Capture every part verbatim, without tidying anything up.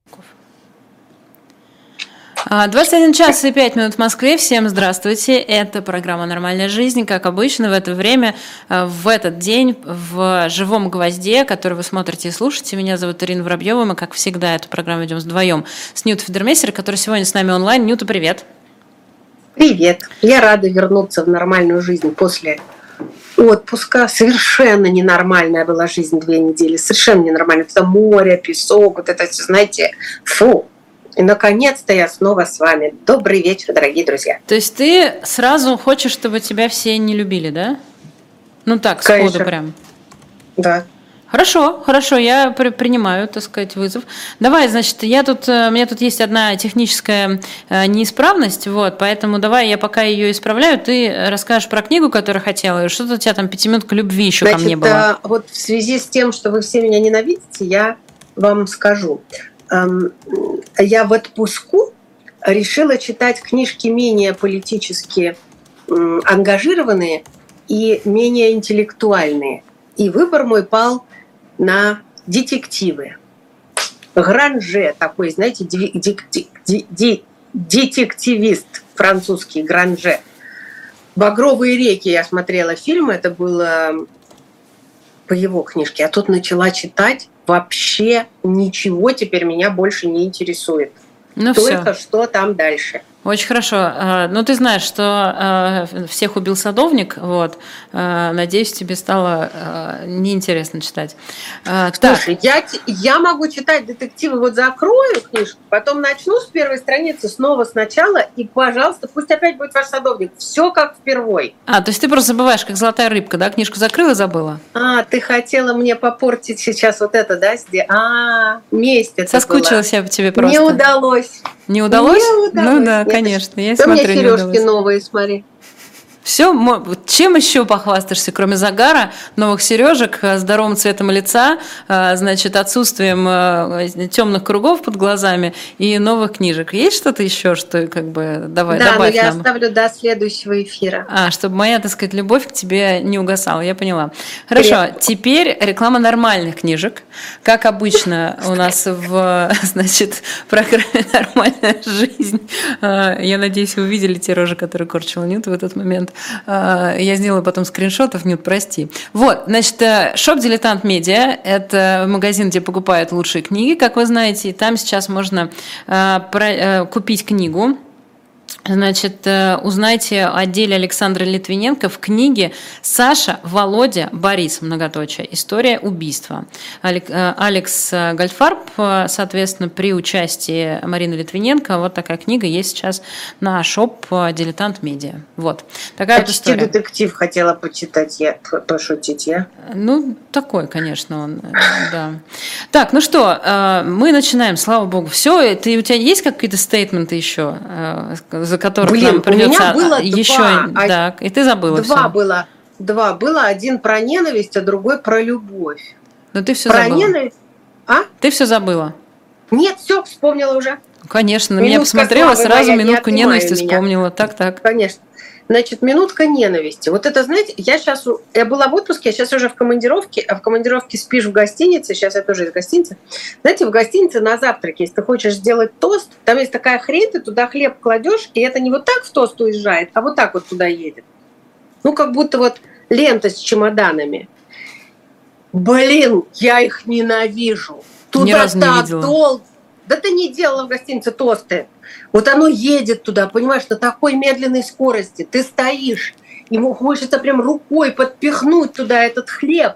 двадцать один час и пять минут в Москве. Всем здравствуйте. Это программа «Нормальная жизнь». Как обычно, в это время, в этот день, в «Живом гвозде», который вы смотрите и слушаете. Меня зовут Ирина Воробьева. Мы, как всегда, эту программу ведем вдвоем с Нютой Федермейстер, который сегодня с нами онлайн. Нюта, привет. Привет. Я рада вернуться в нормальную жизнь после отпуска. Совершенно ненормальная была жизнь две недели. Совершенно ненормальная. Это море, песок, вот это все, знаете, фу. И, наконец-то, я снова с вами. Добрый вечер, дорогие друзья. То есть ты сразу хочешь, чтобы тебя все не любили, да? Ну так, Конечно. сходу прям. Да. Хорошо, хорошо, я при, принимаю, так сказать, вызов. Давай, значит, я тут, у меня тут есть одна техническая неисправность, вот, поэтому давай я пока ее исправляю, ты расскажешь про книгу, которую хотела, и что-то у тебя там пятиминутка любви еще значит, ко мне была. Вот в связи с тем, что вы все меня ненавидите, я вам скажу. Я в отпуску решила читать книжки менее политически ангажированные и менее интеллектуальные. И выбор мой пал на детективы. Гранже, такой, знаете, детективист французский, Гранже. «Багровые реки» я смотрела фильм, это было по его книжке. Я тут начала читать. Вообще ничего теперь меня больше не интересует. Ну Только всё. что там дальше. Очень хорошо. Ну, ты знаешь, что всех убил садовник. Вот. Надеюсь, тебе стало неинтересно читать. Слушай, я, я могу читать детективы, вот закрою книжку, потом начну с первой страницы снова сначала, и, пожалуйста, пусть опять будет ваш садовник. Все как впервой. А, то есть ты просто забываешь, как золотая рыбка, да? Книжку закрыла и забыла? А, ты хотела мне попортить сейчас вот это, да? А, месть это Соскучилась была. Я по тебе просто. Не удалось. Не удалось? Не удалось. Ну да, Нет, конечно. Я да смотрю, у меня сережки новые, смотри. Все, чем еще похвастаешься, кроме загара, новых сережек, здоровым цветом лица, значит, отсутствием темных кругов под глазами и новых книжек? Есть что-то еще, что как бы давай, да, добавь но я нам? оставлю до следующего эфира. А, чтобы моя, так сказать, любовь к тебе не угасала, я поняла. Хорошо, Привет. Теперь реклама нормальных книжек. Как обычно у нас в, значит, программе «Нормальная жизнь». Я надеюсь, вы увидели те рожи, которые корчила Нюта в этот момент. Я сделаю потом скриншотов, Нют, прости. Вот, значит, шоп «Дилетант Медиа» – это магазин, где покупают лучшие книги, как вы знаете, и там сейчас можно купить книгу. Значит, узнайте о деле Александра Литвиненко в книге «Саша, Володя, Борис. Многоточие. История убийства». Алекс Гольдфарб, соответственно, при участии Марины Литвиненко. Вот такая книга есть сейчас на шоп «Дилетант Медиа». Вот. Такая вот история. Почти детектив хотела почитать, я пошутить, я. Ну, такой, конечно, он, да. Так, ну что, мы начинаем, слава богу. Все, ты, у тебя есть какие-то стейтменты еще, за которых Блин, нам придется у меня было еще, два. Так, и ты забыла Два все. было, два было, один про ненависть, а другой про любовь. Но ты все про забыла. Ненависть... А? Ты все забыла. Нет, все вспомнила уже. Конечно, на меня посмотрела, сразу минутку ненависти меня. вспомнила. Так, так. Конечно. Значит, минутка ненависти. Вот это, знаете, я сейчас, я была в отпуске, я сейчас уже в командировке, а в командировке спишь в гостинице, сейчас я тоже из гостиницы. Знаете, в гостинице на завтраке, если ты хочешь сделать тост, там есть такая хрень, ты туда хлеб кладешь, и это не вот так в тост уезжает, а вот так вот туда едет. Ну, как будто вот лента с чемоданами. Блин, я их ненавижу. Туда Ни разу не видела. Долго. Да ты не делала в гостинице тосты. Вот оно едет туда, понимаешь, на такой медленной скорости. Ты стоишь, ему хочется прям рукой подпихнуть туда этот хлеб.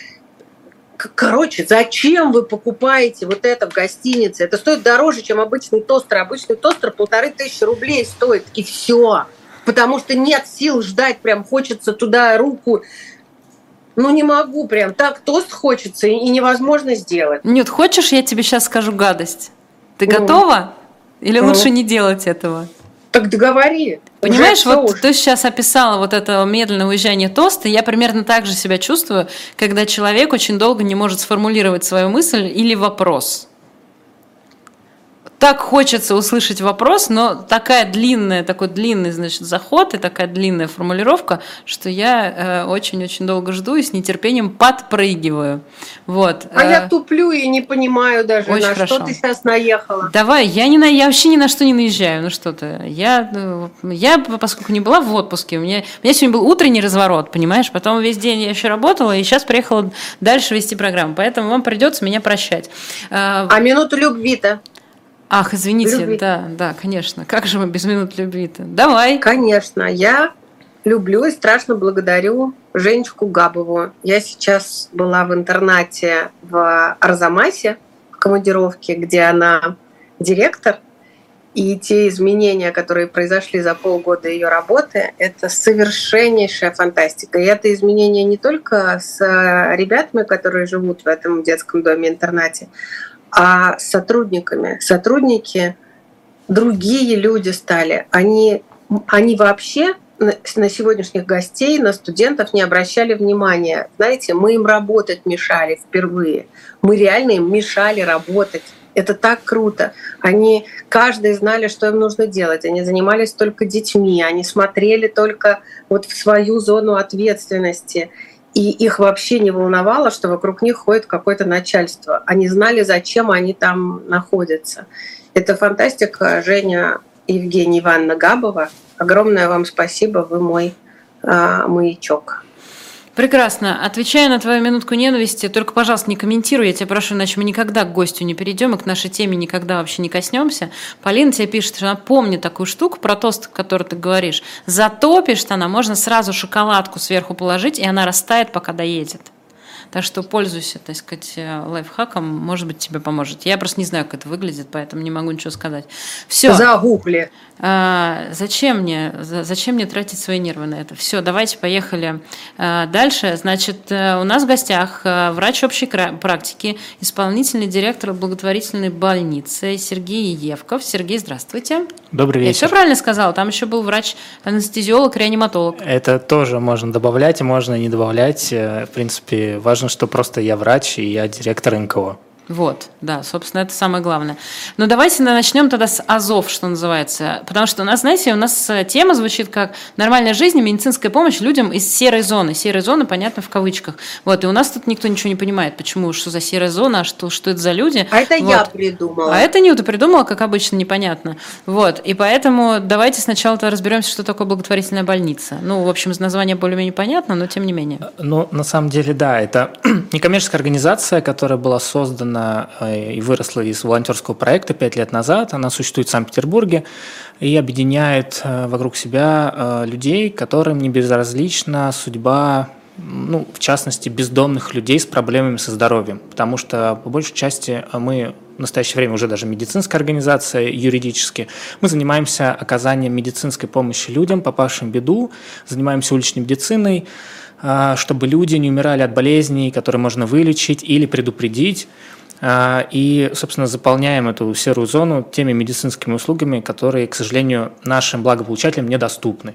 Короче, зачем вы покупаете вот это в гостинице? Это стоит дороже, чем обычный тостер. Обычный тостер полторы тысячи рублей стоит, и все. Потому что нет сил ждать, прям хочется туда руку. Ну, не могу прям. Так тост хочется, и невозможно сделать. Нет, хочешь, я тебе сейчас скажу гадость? Ты ну. готова? Или ну. лучше не делать этого? Так договори. Понимаешь, вот уж. Ты сейчас описала вот это медленное уезжание тоста, я примерно так же себя чувствую, когда человек очень долго не может сформулировать свою мысль или вопрос. так хочется услышать вопрос, но такая длинная, такой длинный, значит, заход и такая длинная формулировка, что я очень-очень э, долго жду и с нетерпением подпрыгиваю. Вот. А э, я туплю и не понимаю даже, на хорошо. Что ты сейчас наехала. Давай, я, не на, я вообще ни на что не наезжаю, ну что ты. Я, я, поскольку не была в отпуске, у меня, у меня сегодня был утренний разворот, понимаешь, потом весь день я еще работала, и сейчас приехала дальше вести программу, поэтому вам придется меня прощать. А минуту любви-то? Ах, извините, любви. да, да, конечно. Как же мы без минут любви-то? Давай. Конечно, я люблю и страшно благодарю Женечку Габову. Я сейчас была в интернате в Арзамасе, в командировке, где она директор. И те изменения, которые произошли за полгода ее работы, это совершеннейшая фантастика. И это изменения не только с ребятами, которые живут в этом детском доме-интернате, а с сотрудниками. Сотрудники, другие люди стали. Они, они вообще на сегодняшних гостей, на студентов не обращали внимания. Знаете, мы им работать мешали впервые. Мы реально им мешали работать. Это так круто. Они, каждый знали, что им нужно делать. Они занимались только детьми, они смотрели только вот в свою зону ответственности. И их вообще не волновало, что вокруг них ходит какое-то начальство. Они знали, зачем они там находятся. Это фантастика. Женя Евгения Ивановна Габова. Огромное вам спасибо, вы мой а, маячок. Прекрасно. Отвечая на твою минутку ненависти, только, пожалуйста, не комментируй, я тебя прошу, иначе мы никогда к гостю не перейдем и к нашей теме никогда вообще не коснемся. Полина тебе пишет, что она помнит такую штуку про тост, который ты говоришь. Затопишь она, можно сразу шоколадку сверху положить, и она растает, пока доедет. Так что пользуйся, так сказать, лайфхаком, может быть, тебе поможет. Я просто не знаю, как это выглядит, поэтому не могу ничего сказать. Все. Загугли. А, зачем мне, зачем мне тратить свои нервы на это? Все, давайте поехали а, дальше. Значит, у нас в гостях врач общей практики, исполнительный директор благотворительной больницы Сергей Евков. Сергей, здравствуйте. Добрый вечер. Я все правильно сказала? Там еще был врач-анестезиолог, реаниматолог. Это тоже можно добавлять и можно не добавлять. В принципе, важно, что просто я врач и я директор эн ка о. Вот, да, собственно, это самое главное. Но давайте начнем тогда с азов, что называется. Потому что у нас, знаете, у нас тема звучит как «Нормальная жизнь и медицинская помощь людям из серой зоны». Серая зона, понятно, в кавычках. Вот, и у нас тут никто ничего не понимает, почему, что за серая зона, что, что это за люди. А это вот. я придумала. А это Нюта придумала, как обычно, непонятно. Вот, и поэтому давайте сначала-то разберемся, что такое благотворительная больница. Ну, в общем, название более-менее понятно, но тем не менее. Ну, на самом деле, да, это некоммерческая организация, которая была создана и выросла из волонтерского проекта пять лет назад. Она существует в Санкт-Петербурге и объединяет вокруг себя людей, которым не безразлична судьба, ну, в частности, бездомных людей с проблемами со здоровьем. Потому что, по большей части, мы в настоящее время уже даже медицинская организация юридически. Мы занимаемся оказанием медицинской помощи людям, попавшим в беду, занимаемся уличной медициной, чтобы люди не умирали от болезней, которые можно вылечить или предупредить. И, собственно, заполняем эту серую зону теми медицинскими услугами, которые, к сожалению, нашим благополучателям недоступны.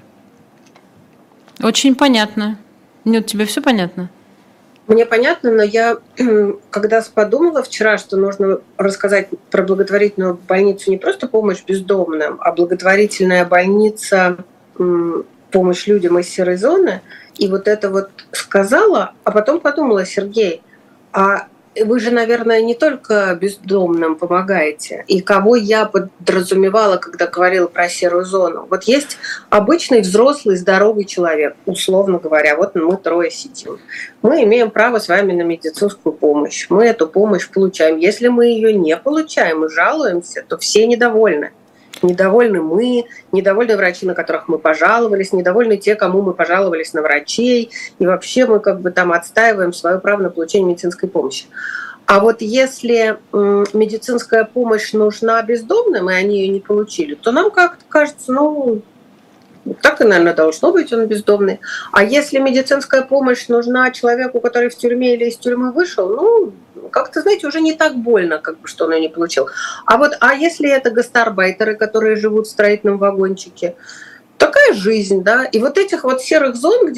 Очень понятно. Нют, тебе все понятно? Мне понятно, но я, когда подумала вчера, что нужно рассказать про благотворительную больницу, не просто помощь бездомным, а благотворительная больница, помощь людям из серой зоны, и вот это вот сказала, а потом подумала: Сергей, а вы же, наверное, не только бездомным помогаете. И кого я подразумевала, когда говорила про серую зону? Вот есть обычный взрослый здоровый человек, условно говоря. Вот мы трое сидим. Мы имеем право с вами на медицинскую помощь. Мы эту помощь получаем. Если мы ее не получаем и жалуемся, то все недовольны. Недовольны мы, недовольны врачи, на которых мы пожаловались, недовольны те, кому мы пожаловались на врачей. И вообще мы как бы там отстаиваем свое право на получение медицинской помощи. А вот если медицинская помощь нужна бездомным, и они ее не получили, то нам как-то кажется, ну, так и, наверное, должно быть, он бездомный. А если медицинская помощь нужна человеку, который в тюрьме или из тюрьмы вышел, ну, как-то, знаете, уже не так больно, как бы, что он ее не получил. А вот, а если это гастарбайтеры, которые живут в строительном вагончике, такая жизнь, да. И вот этих вот серых зон, где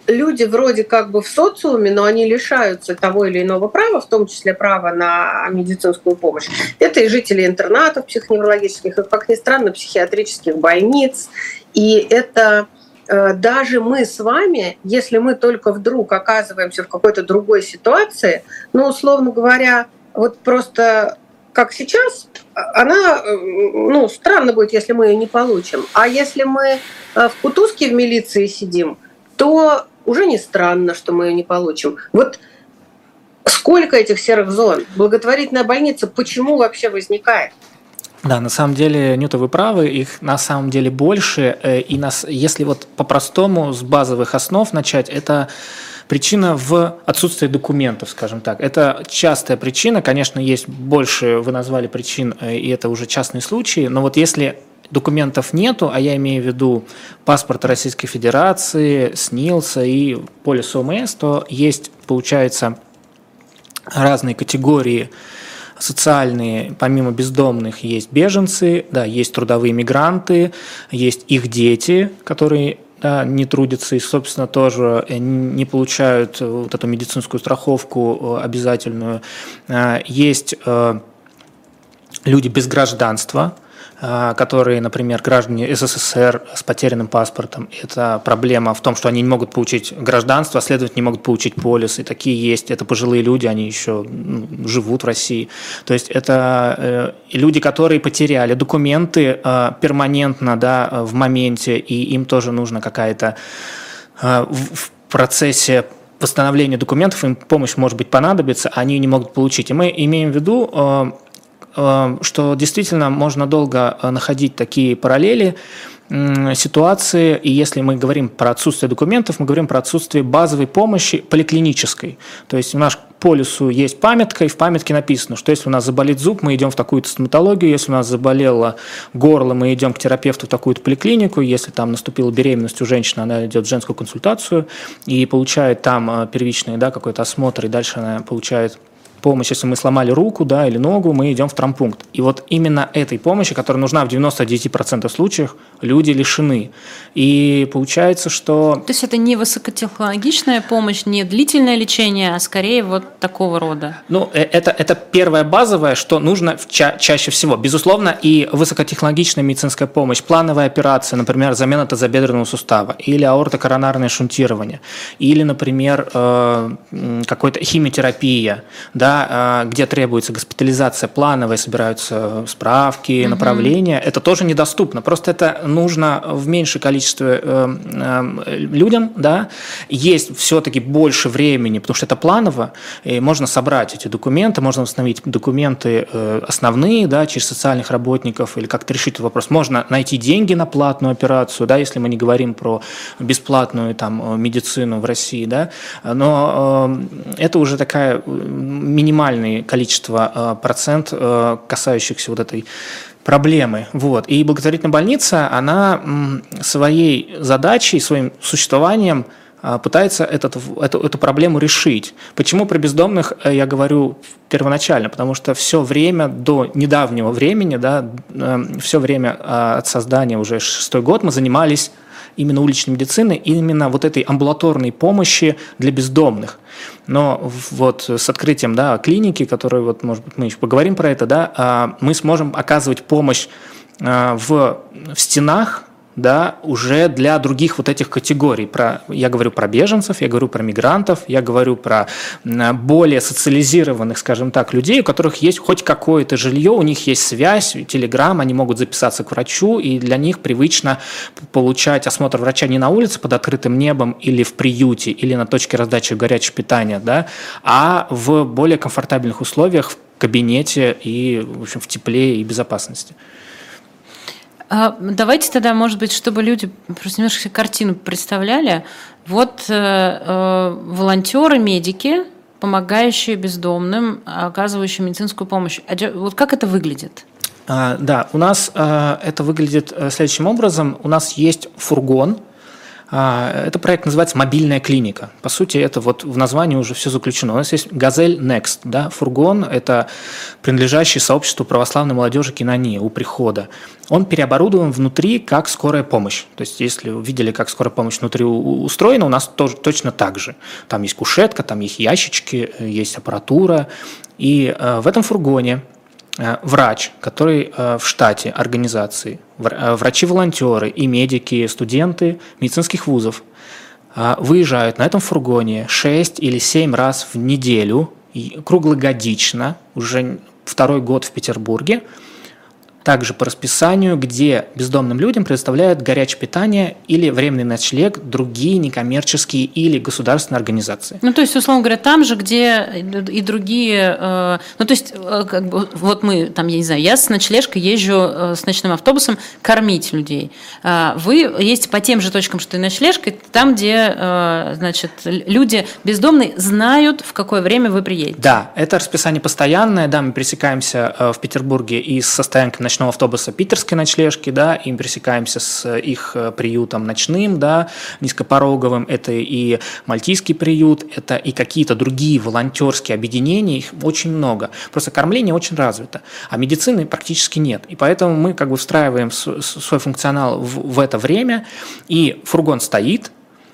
люди вроде как бы в социуме, но они лишаются того или иного права, в том числе права на медицинскую помощь. Это и жители интернатов психоневрологических, и, как ни странно, психиатрических больниц. И это э, даже мы с вами, если мы только вдруг оказываемся в какой-то другой ситуации, ну, условно говоря, вот просто как сейчас, она, ну, странно будет, если мы ее не получим. А если мы в кутузке в милиции сидим, то уже не странно, что мы ее не получим. Вот сколько этих серых зон? Благотворительная больница почему вообще возникает? Да, на самом деле, Нюта, вы правы, их на самом деле больше. И нас, если вот по-простому с базовых основ начать, это причина в отсутствии документов, скажем так. Это частая причина, конечно, есть больше, вы назвали причин, и это уже частные случаи, но вот если документов нету, а я имею в виду паспорт Российской Федерации, СНИЛСа и полис ОМС, то есть, получается, разные категории социальные, помимо бездомных, есть беженцы, да, есть трудовые мигранты, есть их дети, которые да, не трудятся и, собственно, тоже не получают вот эту медицинскую страховку обязательную. Есть люди без гражданства, которые, например, граждане СССР с потерянным паспортом. Это проблема в том, что они не могут получить гражданство, а следовательно, не могут получить полис. И такие есть. Это пожилые люди, они еще ну, живут в России. То есть это э, люди, которые потеряли документы э, перманентно да, в моменте, и им тоже нужна какая-то э, в, в процессе восстановления документов, им помощь, может быть, понадобится, а они не могут получить. И мы имеем в виду э, что действительно можно долго находить такие параллели, ситуации, и если мы говорим про отсутствие документов, мы говорим про отсутствие базовой помощи поликлинической. То есть у нас по полису есть памятка, и в памятке написано, что если у нас заболит зуб, мы идем в такую-то стоматологию, если у нас заболело горло, мы идем к терапевту в такую-то поликлинику, если там наступила беременность у женщины, она идет в женскую консультацию и получает там первичный да, какой-то осмотр, и дальше она получает помощь, если мы сломали руку да, или ногу, мы идем в травмпункт. И вот именно этой помощи, которая нужна в девяноста девяти процентах случаев, люди лишены. И получается, что... То есть это не высокотехнологичная помощь, не длительное лечение, а скорее вот такого рода? Ну, это, это первое базовое, что нужно ча- чаще всего. Безусловно, и высокотехнологичная медицинская помощь, плановая операция, например, замена тазобедренного сустава, или аортокоронарное шунтирование, или, например, какой-то химиотерапия, да, где требуется госпитализация плановая, собираются справки, угу. направления, это тоже недоступно. Просто это нужно в меньшее количество э, э, людям. Да. Есть все-таки больше времени, потому что это планово, и можно собрать эти документы, можно восстановить документы э, основные да, через социальных работников или как-то решить этот вопрос. Можно найти деньги на платную операцию, да, если мы не говорим про бесплатную там, медицину в России. Да. Но э, это уже такая минимальное количество э, процент, э, касающихся вот этой проблемы. Вот. И благотворительная больница, она м, своей задачей, своим существованием э, пытается этот, эту, эту проблему решить. Почему про бездомных э, я говорю первоначально? Потому что все время до недавнего времени, да, э, все время э, от создания, уже шестой год, мы занимались именно уличной медицины, именно вот этой амбулаторной помощи для бездомных. Но вот с открытием да, клиники, которые, вот, может быть, мы еще поговорим про это, да, мы сможем оказывать помощь в, в стенах, да, уже для других вот этих категорий. Про, я говорю про беженцев, я говорю про мигрантов, я говорю про более социализированных, скажем так, людей, у которых есть хоть какое-то жилье, у них есть связь, телеграм, они могут записаться к врачу, и для них привычно получать осмотр врача не на улице под открытым небом или в приюте, или на точке раздачи горячего питания, да, а в более комфортабельных условиях, в кабинете и, в общем, в тепле и безопасности. Давайте тогда, может быть, чтобы люди просто немножко картину представляли. Вот э, э, волонтеры, медики, помогающие бездомным, оказывающие медицинскую помощь. Вот как это выглядит? А, да, у нас а, это выглядит следующим образом. У нас есть фургон, Это проект называется «Мобильная клиника». По сути, это вот в названии уже все заключено. У нас есть «Газель Next», да, фургон, это принадлежащий сообществу православной молодежи Кинония у прихода. Он переоборудован внутри как скорая помощь. То есть, если вы видели, как скорая помощь внутри устроена, у нас тоже точно так же. Там есть кушетка, там есть ящички, есть аппаратура. И в этом фургоне врач, который в штате организации, врачи-волонтеры и медики, студенты медицинских вузов выезжают на этом фургоне шесть или семь раз в неделю, круглогодично, уже второй год в Петербурге, также по расписанию, где бездомным людям предоставляют горячее питание или временный ночлег другие некоммерческие или государственные организации. Ну, то есть, условно говоря, там же, где и другие... Э, ну, то есть, э, как бы, вот мы, там, я не знаю, я с ночлежкой езжу э, с ночным автобусом кормить людей. Э, вы ездите по тем же точкам, что и ночлежкой, там, где, э, значит, люди бездомные знают, в какое время вы приедете. Да, это расписание постоянное, да, мы пересекаемся э, в Петербурге и с стоянкой ночного автобуса питерской ночлежки, да, и мы пересекаемся с их приютом ночным, да, низкопороговым, это и мальтийский приют, это и какие-то другие волонтерские объединения, их очень много. Просто кормление очень развито, а медицины практически нет. И поэтому мы как бы встраиваем свой функционал в, в это время, и фургон стоит,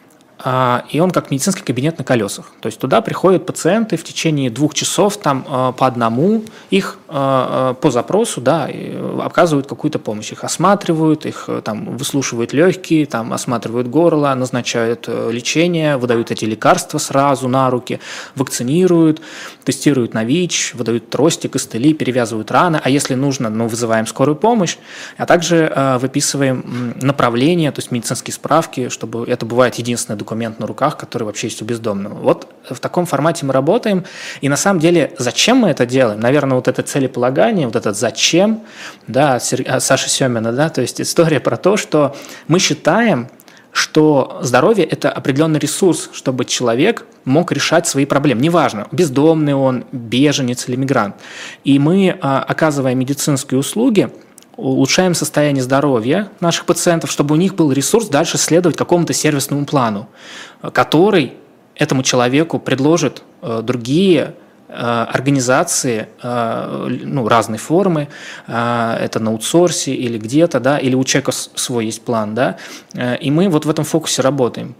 и он как медицинский кабинет на колесах. То есть туда приходят пациенты в течение двух часов там, по одному, их по запросу, да, оказывают какую-то помощь. Их осматривают, их там, выслушивают легкие, там, осматривают горло, назначают лечение, выдают эти лекарства сразу на руки, вакцинируют, тестируют на ВИЧ, выдают трости, костыли, перевязывают раны. А если нужно, ну, вызываем скорую помощь, а также выписываем направления, то есть медицинские справки, чтобы это бывает единственный документ, документ на руках, который вообще есть у бездомного. Вот в таком формате мы работаем. И на самом деле, зачем мы это делаем? Наверное, вот это целеполагание, вот этот «зачем», да, Саши Семина, да, то есть история про то, что мы считаем, что здоровье – это определенный ресурс, чтобы человек мог решать свои проблемы. Неважно, бездомный он, беженец или мигрант. И мы, оказывая медицинские услуги, улучшаем состояние здоровья наших пациентов, чтобы у них был ресурс дальше следовать какому-то сервисному плану, который этому человеку предложит другие организации, ну, разной формы, это на аутсорсе или где-то, да, или у человека свой есть план, да, и мы вот в этом фокусе работаем.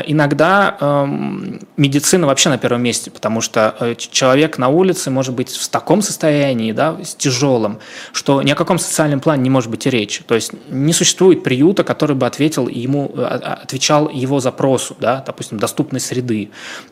Иногда медицина вообще на первом месте, потому что человек на улице может быть в таком состоянии, да, с тяжелым, что ни о каком социальном плане не может быть и речи. То есть не существует приюта, который бы ответил ему, отвечал его запросу, да, допустим, доступной среды,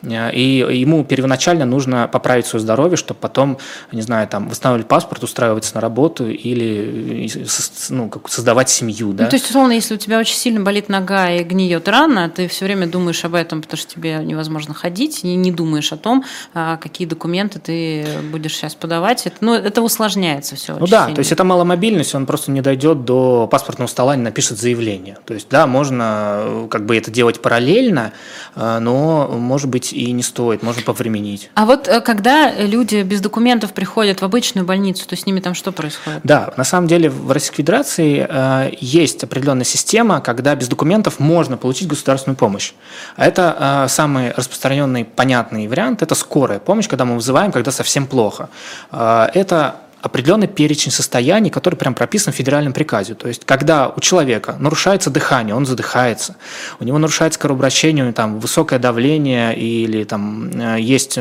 и ему первоначально нужно поправить свое здоровье, чтобы потом, не знаю, там, восстанавливать паспорт, устраиваться на работу или, ну, как создавать семью. Да? Ну, то есть, условно, если у тебя очень сильно болит нога и гниет рана, ты все время думаешь об этом, потому что тебе невозможно ходить, и не думаешь о том, какие документы ты будешь сейчас подавать. Это, ну, это усложняется все. Ну да, сильно. То есть это маломобильность, он просто не дойдет до паспортного стола, не напишет заявление. То есть, да, можно как бы это делать параллельно, но, может быть, и не стоит, можно повременить. А вот когда люди без документов приходят в обычную больницу, то с ними там что происходит? Да, на самом деле в Российской Федерации э, есть определенная система, когда без документов можно получить государственную помощь. А это э, самый распространенный, понятный вариант – это скорая помощь, когда мы вызываем, когда совсем плохо. Э, это определенный перечень состояний, который прям прописан в федеральном приказе. То есть, когда у человека нарушается дыхание, он задыхается, у него нарушается кровообращение, там, высокое давление или там, есть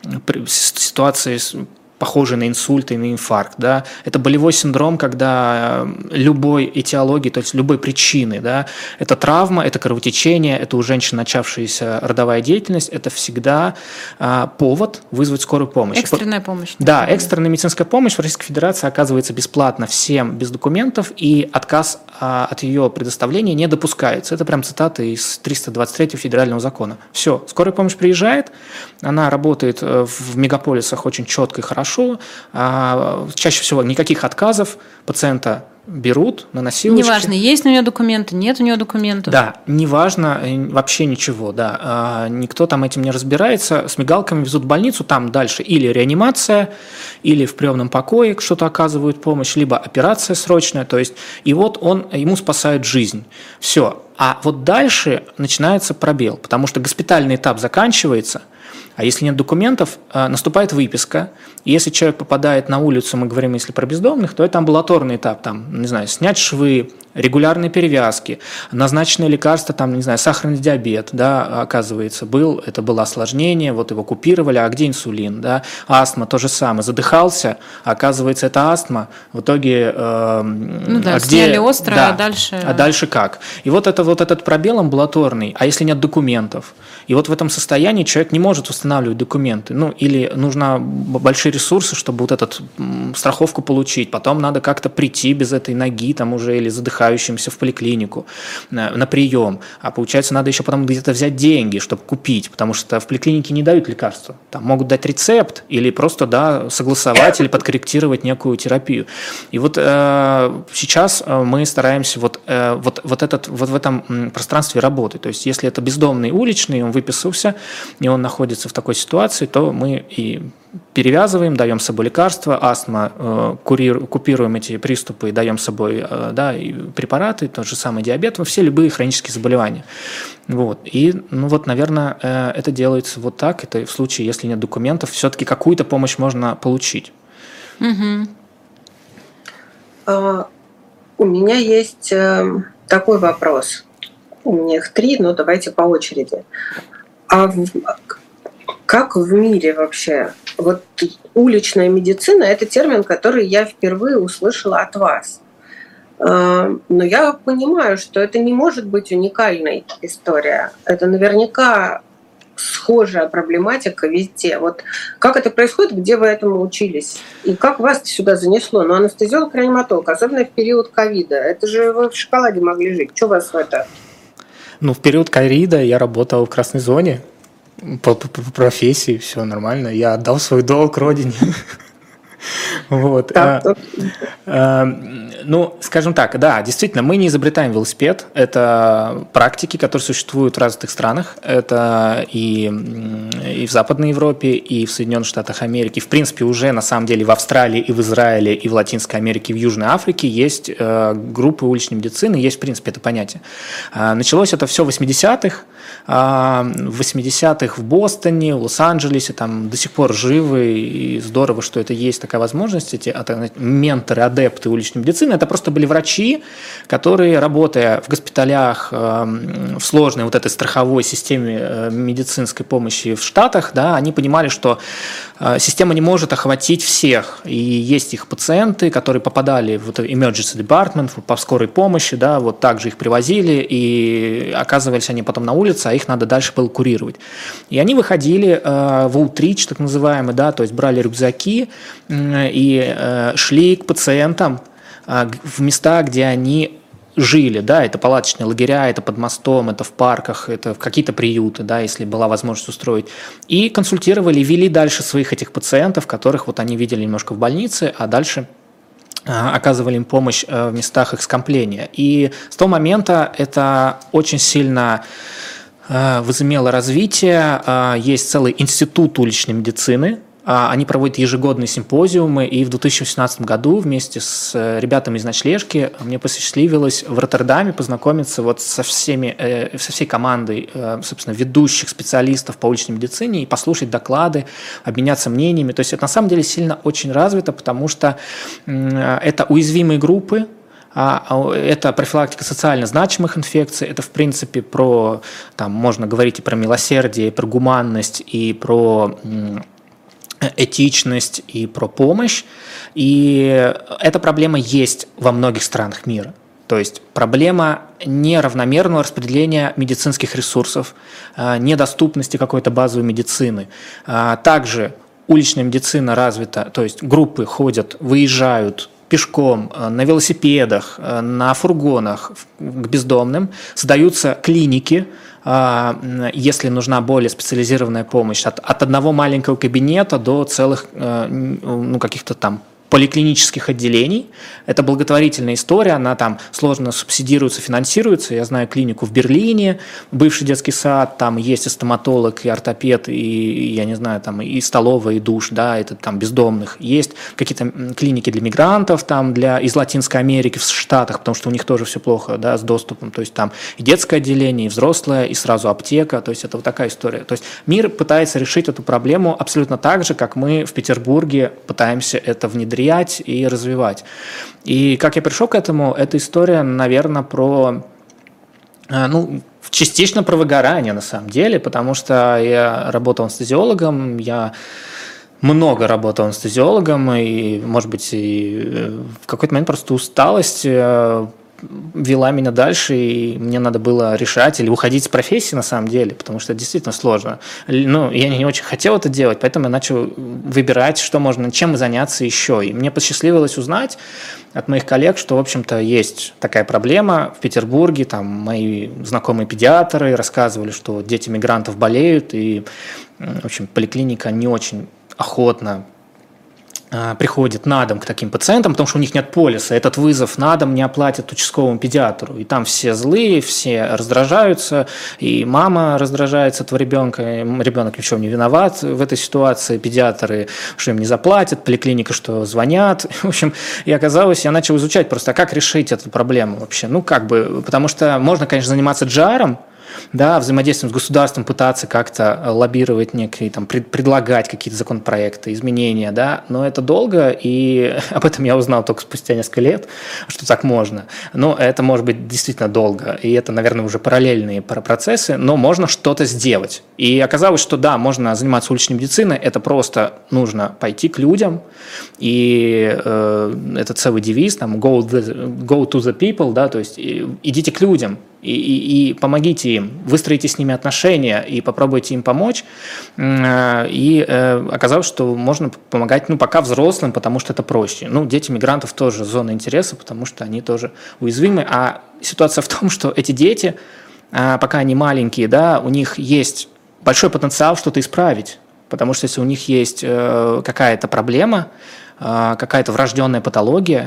ситуации, похожие на инсульт и на инфаркт, да, это болевой синдром, когда любой этиологии, то есть любой причины, да, это травма, это кровотечение, это у женщин начавшаяся родовая деятельность, это всегда а, повод вызвать скорую помощь. Экстренная помощь. Да, экстренная медицинская помощь в Российской Федерации оказывается бесплатно всем без документов, и отказ а, от ее предоставления не допускается. Это прям цитата из триста двадцать третьего федерального закона. Все, скорая помощь приезжает, она работает в мегаполисах очень четко и хорошо. Чаще всего никаких отказов, пациента берут на носилочки. Неважно, есть у нее документы, нет у нее документов. Да, неважно, вообще ничего, да. Никто там этим не разбирается. С мигалками везут в больницу, там дальше или реанимация, или в приемном покое что-то оказывают помощь, либо операция срочная. То есть, и вот он, ему спасает жизнь. Все. А вот дальше начинается пробел, потому что госпитальный этап заканчивается, а если нет документов, наступает выписка. И если человек попадает на улицу, мы говорим, если про бездомных, то это амбулаторный этап, там, не знаю, снять швы, регулярные перевязки, назначенные лекарства, там, не знаю, сахарный диабет, да, оказывается, был, это было осложнение, вот его купировали, а где инсулин, да, астма, то же самое, задыхался, оказывается, это астма, в итоге… Э, ну да, а сняли где, острое, да, а дальше… А дальше как? И вот, это, вот этот пробел амбулаторный, а если нет документов? И вот в этом состоянии человек не может устанавливать документы, ну, или нужно большие ресурсы, чтобы вот эту страховку получить, потом надо как-то прийти без этой ноги, там уже, или задыхающимся в поликлинику на, на прием, а получается, надо еще потом где-то взять деньги, чтобы купить, потому что в поликлинике не дают лекарства, там могут дать рецепт или просто, да, согласовать или подкорректировать некую терапию. И вот э, сейчас мы стараемся вот, э, вот, вот, этот, вот в этом пространстве работать, то есть если это бездомный уличный, он выписался, и он находится в такой ситуации, то мы и перевязываем, даем с собой лекарства, астма, э, курир, купируем эти приступы, даем с собой э, да, и препараты, тот же самый диабет, ну, все любые хронические заболевания. Вот. И, ну вот, наверное, э, это делается вот так, это в случае, если нет документов, все-таки какую-то помощь можно получить. Угу. А, у меня есть э, такой вопрос. У меня их три, но давайте по очереди. А в, как в мире вообще? Вот уличная медицина – это термин, который я впервые услышала от вас. Но я понимаю, что это не может быть уникальной история. Это наверняка схожая проблематика везде. Вот как это происходит, где вы этому учились? И как вас сюда занесло? Ну, анестезиолог, реаниматолог, особенно в период ковида. Это же вы в шоколаде могли жить. Что вас в это? Ну, в период ковида я работал в красной зоне. По, по, по профессии все нормально. Я отдал свой долг родине. Вот. Ну, скажем так, да, действительно, мы не изобретаем велосипед. Это практики, которые существуют в разных странах. Это и, и в Западной Европе, и в Соединенных Штатах Америки. В принципе, уже на самом деле в Австралии, и в Израиле, и в Латинской Америке, и в Южной Африке есть группы уличной медицины, есть, в принципе, это понятие. Началось это все в восьмидесятых. В восьмидесятых в Бостоне, в Лос-Анджелесе, там до сих пор живы, и здорово, что это есть такая возможность, эти менторы, адепты уличной медицины, это просто были врачи, которые, работая в госпиталях, в сложной вот этой страховой системе медицинской помощи в Штатах, да, они понимали, что система не может охватить всех, и есть их пациенты, которые попадали в emergency department, по скорой помощи, да, вот также их привозили, и оказывались они потом на улице, а их надо дальше было курировать. И они выходили э, в аутрич, так называемый, да, то есть брали рюкзаки э, и э, шли к пациентам э, в места, где они жили, да, это палаточные лагеря, это под мостом, это в парках, это в какие-то приюты, да, если была возможность устроить, и консультировали, вели дальше своих этих пациентов, которых вот они видели немножко в больнице, а дальше оказывали им помощь в местах их скопления. И с того момента это очень сильно возымело развитие. Есть целый институт уличной медицины. Они проводят ежегодные симпозиумы, и в две тысячи восемнадцатом году вместе с ребятами из «Ночлежки» мне посчастливилось в Роттердаме познакомиться вот со, всеми, со всей командой, собственно, ведущих специалистов по уличной медицине и послушать доклады, обменяться мнениями. То есть это на самом деле сильно очень развито, потому что это уязвимые группы, это профилактика социально значимых инфекций, это, в принципе, про, там, можно говорить и про милосердие, и про гуманность, и про этичность, и про помощь. И эта проблема есть во многих странах мира. То есть проблема неравномерного распределения медицинских ресурсов, недоступности какой-то базовой медицины. Также уличная медицина развита, то есть группы ходят, выезжают пешком, на велосипедах, на фургонах к бездомным, создаются клиники, если нужна более специализированная помощь, от, от одного маленького кабинета до целых, ну, каких-то там поликлинических отделений. Это благотворительная история, она там сложно субсидируется, финансируется. Я знаю клинику в Берлине, бывший детский сад, там есть и стоматолог, и ортопед, и, я не знаю, там и столовая, и душ, да, это там бездомных. Есть какие-то клиники для мигрантов, там для, из Латинской Америки в Штатах, потому что у них тоже все плохо, да, с доступом. То есть там и детское отделение, и взрослое, и сразу аптека. То есть это вот такая история. То есть мир пытается решить эту проблему абсолютно так же, как мы в Петербурге пытаемся это внедрить и развивать. И как я пришел к этому, эта история, наверное, про, ну, частично про выгорание на самом деле, потому что я работал анестезиологом, я много работал анестезиологом, и, может быть, и в какой-то момент просто усталость вела меня дальше, и мне надо было решать или уходить с профессии на самом деле, потому что это действительно сложно. Ну, я не очень хотел это делать, поэтому я начал выбирать, что можно, чем заняться еще. И мне посчастливилось узнать от моих коллег, что, в общем-то, есть такая проблема в Петербурге. Там мои знакомые педиатры рассказывали, что дети мигрантов болеют, и, в общем, поликлиника не очень охотно приходит на дом к таким пациентам, потому что у них нет полиса. Этот вызов на дом не оплатят участковому педиатру. И там все злые, все раздражаются, и мама раздражается этого ребенка, ребенок ни в чем не виноват в этой ситуации, педиатры, что им не заплатят, поликлиника, что звонят. В общем, и оказалось, я начал изучать просто, а как решить эту проблему вообще. Ну, как бы, потому что можно, конечно, заниматься джаром, да, взаимодействием с государством, пытаться как-то лоббировать некие, там, пред, предлагать какие-то законопроекты, изменения, да, но это долго, и об этом я узнал только спустя несколько лет, что так можно. Но это может быть действительно долго, и это, наверное, уже параллельные процессы, но можно что-то сделать. И оказалось, что да, можно заниматься уличной медициной, это просто нужно пойти к людям, и э, это целый девиз, там, go, the, go to the people, да, то есть идите к людям, И, и, и помогите им, выстроите с ними отношения и попробуйте им помочь. И э, оказалось, что можно помогать, ну, пока взрослым, потому что это проще. Ну, дети мигрантов тоже зона интереса, потому что они тоже уязвимы. А ситуация в том, что эти дети, пока они маленькие, да, у них есть большой потенциал что-то исправить. Потому что если у них есть э, какая-то проблема, э, какая-то врожденная патология,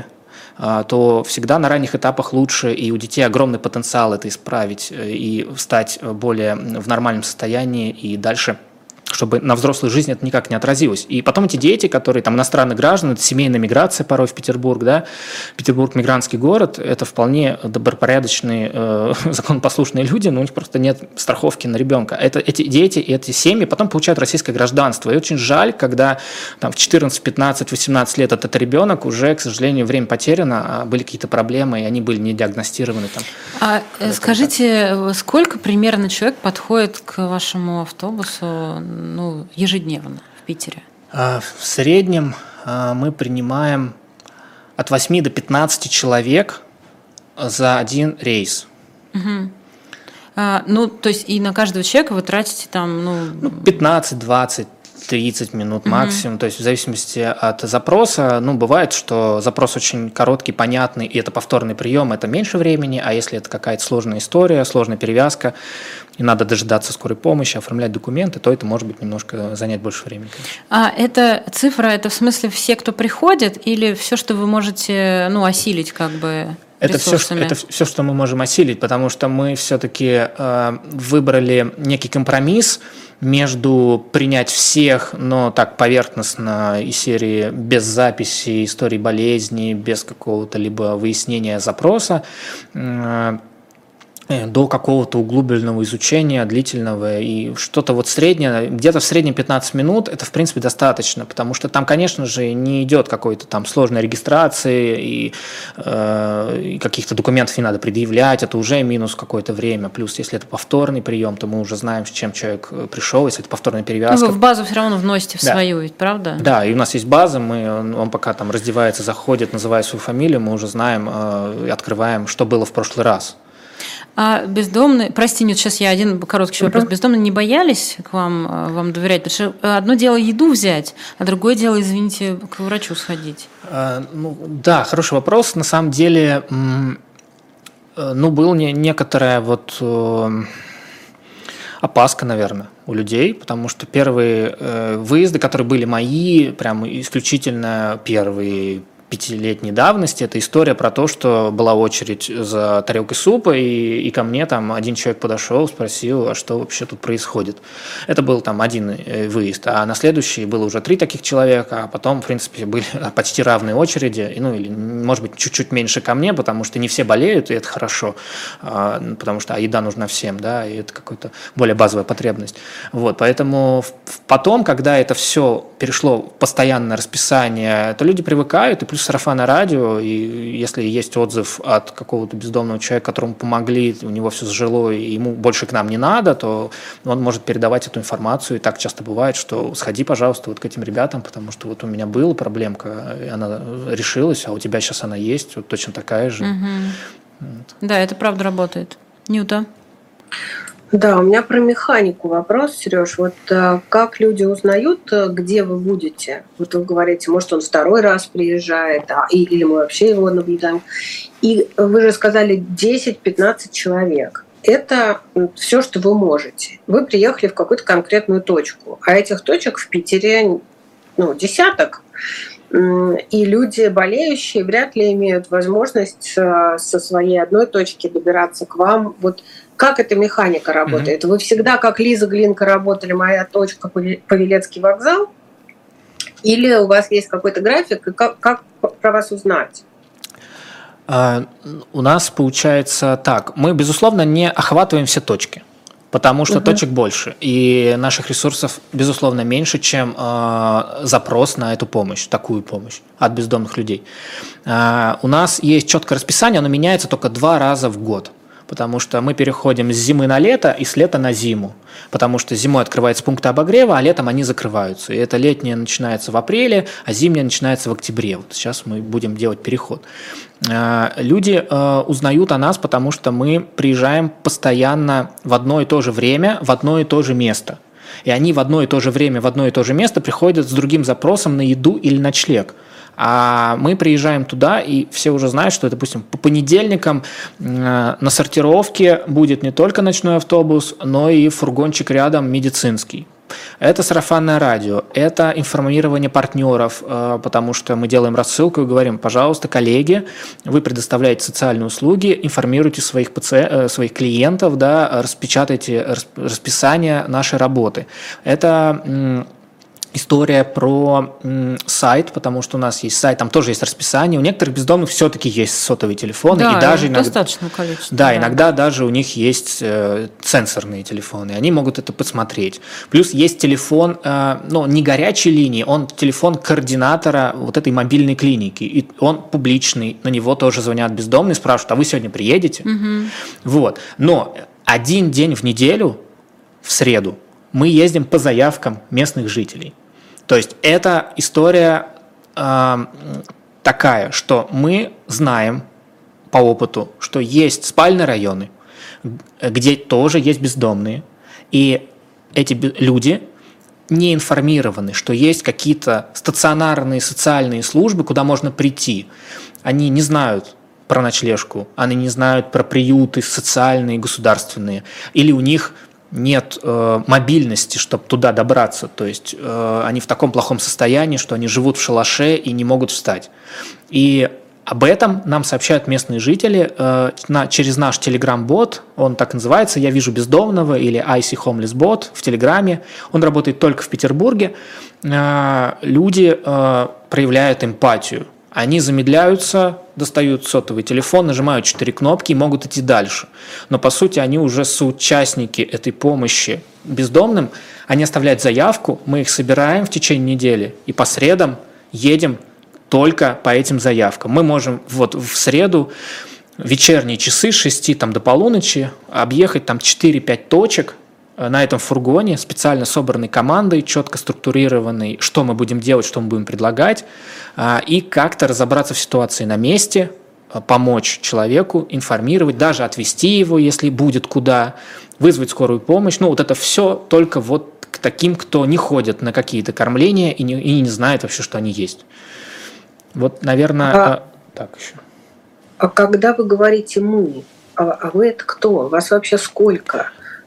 то всегда на ранних этапах лучше, и у детей огромный потенциал это исправить и стать более в нормальном состоянии, и дальше, чтобы на взрослой жизни это никак не отразилось. И потом эти дети, которые там иностранные граждане, это семейная миграция порой в Петербург, да, Петербург мигрантский город, это вполне добропорядочные, э, законопослушные люди, но у них просто нет страховки на ребенка. Это, эти дети и эти семьи потом получают российское гражданство. И очень жаль, когда там, в четырнадцать, пятнадцать, восемнадцать лет этот ребенок уже, к сожалению, время потеряно, а были какие-то проблемы, и они были не диагностированы. Там, а скажите, сколько примерно человек подходит к вашему автобусу, ну, ежедневно в Питере? В среднем мы принимаем от восьми до пятнадцати человек за один рейс. Угу. А, ну, то есть и на каждого человека вы тратите там, ну... ну пятнадцать, двадцать, тридцать минут максимум, mm-hmm. то есть в зависимости от запроса. Ну, бывает, что запрос очень короткий, понятный, и это повторный прием, это меньше времени, а если это какая-то сложная история, сложная перевязка, и надо дожидаться скорой помощи, оформлять документы, то это может быть немножко занять больше времени. А эта цифра, это в смысле все, кто приходит, или все, что вы можете, ну, осилить как бы? Это все, что, это все, что мы можем осилить, потому что мы все-таки э, выбрали некий компромисс между принять всех, но так поверхностно, из серии без записи истории болезни, без какого-то либо выяснения запроса, э, до какого-то углубленного изучения, длительного, и что-то вот среднее, где-то в среднем пятнадцать минут, это в принципе достаточно, потому что там, конечно же, не идет какой-то там сложной регистрации, и, э, и каких-то документов не надо предъявлять, это уже минус какое-то время, плюс если это повторный прием, то мы уже знаем, с чем человек пришел, если это повторная перевязка. Ну, вы в базу все равно вносите в да. свою, ведь, правда? Да, и у нас есть база, мы, он, он пока там раздевается, заходит, называет свою фамилию, мы уже знаем э, и открываем, что было в прошлый раз. А бездомные, прости, нет, сейчас я один короткий uh-huh. вопрос. Бездомные не боялись к вам, вам доверять? Потому что одно дело еду взять, а другое дело, извините, к врачу сходить. А, ну, да, хороший вопрос. На самом деле, ну, было не, некоторое вот... опаска, наверное, у людей, потому что первые э, выезды, которые были мои, прям исключительно первые пятилетней давности, это история про то, что была очередь за тарелкой супа, и, и ко мне там один человек подошел, спросил, а что вообще тут происходит. Это был там один выезд, а на следующий было уже три таких человека, а потом, в принципе, были почти равные очереди, ну или, может быть, чуть-чуть меньше ко мне, потому что не все болеют, и это хорошо, потому что еда нужна всем, да, и это какая-то более базовая потребность. Вот, поэтому потом, когда это все перешло в постоянное расписание, то люди привыкают, и плюс сарафанное радио, и если есть отзыв от какого-то бездомного человека, которому помогли, у него все зажило, и ему больше к нам не надо, то он может передавать эту информацию, и так часто бывает, что сходи, пожалуйста, вот к этим ребятам, потому что вот у меня была проблемка, и она решилась, а у тебя сейчас она есть, вот точно такая же. Угу. Вот. Да, это правда работает. Нюта? Да, у меня про механику вопрос, Сереж. Вот э, как люди узнают, где вы будете? Вот вы говорите, может, он второй раз приезжает, а, и, или мы вообще его наблюдаем. И вы же сказали десять-пятнадцать человек. Это все, что вы можете. Вы приехали в какую-то конкретную точку, а этих точек в Питере ну, десяток. И люди болеющие вряд ли имеют возможность со своей одной точки добираться к вам. Вот как эта механика работает? Mm-hmm. Вы всегда, как Лиза Глинка, работали «Моя точка», Павелецкий вокзал? Или у вас есть какой-то график? И как, как про вас узнать? Uh, у нас получается так. Мы, безусловно, не охватываем все точки, потому что угу. точек больше, и наших ресурсов, безусловно, меньше, чем э, запрос на эту помощь, такую помощь от бездомных людей. Э, у нас есть четкое расписание, оно меняется только два раза в год, потому что мы переходим с зимы на лето и с лета на зиму, потому что зимой открываются пункты обогрева, а летом они закрываются. И это летнее начинается в апреле, а зимнее начинается в октябре. Вот сейчас мы будем делать переход. Люди узнают о нас, потому что мы приезжаем постоянно в одно и то же время, в одно и то же место. И они в одно и то же время, в одно и то же место приходят с другим запросом на еду или ночлег. А мы приезжаем туда, и все уже знают, что, допустим, по понедельникам на сортировке будет не только ночной автобус, но и фургончик рядом медицинский. Это сарафанное радио, это информирование партнеров, потому что мы делаем рассылку и говорим, пожалуйста, коллеги, вы предоставляете социальные услуги, информируйте своих, паци... своих клиентов, да, распечатайте расписание нашей работы. Это история про м, сайт, потому что у нас есть сайт, там тоже есть расписание. У некоторых бездомных все-таки есть сотовые телефоны. Да, и даже иногда, достаточное количество. Да, да, иногда даже у них есть э, сенсорные телефоны, они могут это посмотреть. Плюс есть телефон, э, ну, не горячей линии, он телефон координатора вот этой мобильной клиники. И он публичный, на него тоже звонят бездомные, спрашивают, а вы сегодня приедете? Угу. Вот. Но один день в неделю, в среду, мы ездим по заявкам местных жителей. То есть это история э, такая, что мы знаем по опыту, что есть спальные районы, где тоже есть бездомные, и эти люди не информированы, что есть какие-то стационарные социальные службы, куда можно прийти. Они не знают про ночлежку, они не знают про приюты социальные, государственные, или у них нет э, мобильности, чтобы туда добраться, то есть э, они в таком плохом состоянии, что они живут в шалаше и не могут встать. И об этом нам сообщают местные жители э, на, через наш Telegram-бот, он так называется «Я вижу бездомного» или «I see homeless bot» в Телеграме, он работает только в Петербурге. Э, люди э, проявляют эмпатию. Они замедляются, достают сотовый телефон, нажимают четыре кнопки и могут идти дальше. Но, по сути, они уже соучастники этой помощи бездомным. Они оставляют заявку, мы их собираем в течение недели и по средам едем только по этим заявкам. Мы можем вот в среду, вечерние часы с шести там, до полуночи объехать там четыре-пять точек, на этом фургоне, специально собранной командой, четко структурированной, что мы будем делать, что мы будем предлагать, и как-то разобраться в ситуации на месте, помочь человеку, информировать, даже отвезти его, если будет куда, вызвать скорую помощь. Ну, вот это все только вот к таким, кто не ходит на какие-то кормления и не, и не знает вообще, что они есть. Вот, наверное, а, так еще. А когда вы говорите «мы», а, а вы это кто? Вас вообще сколько?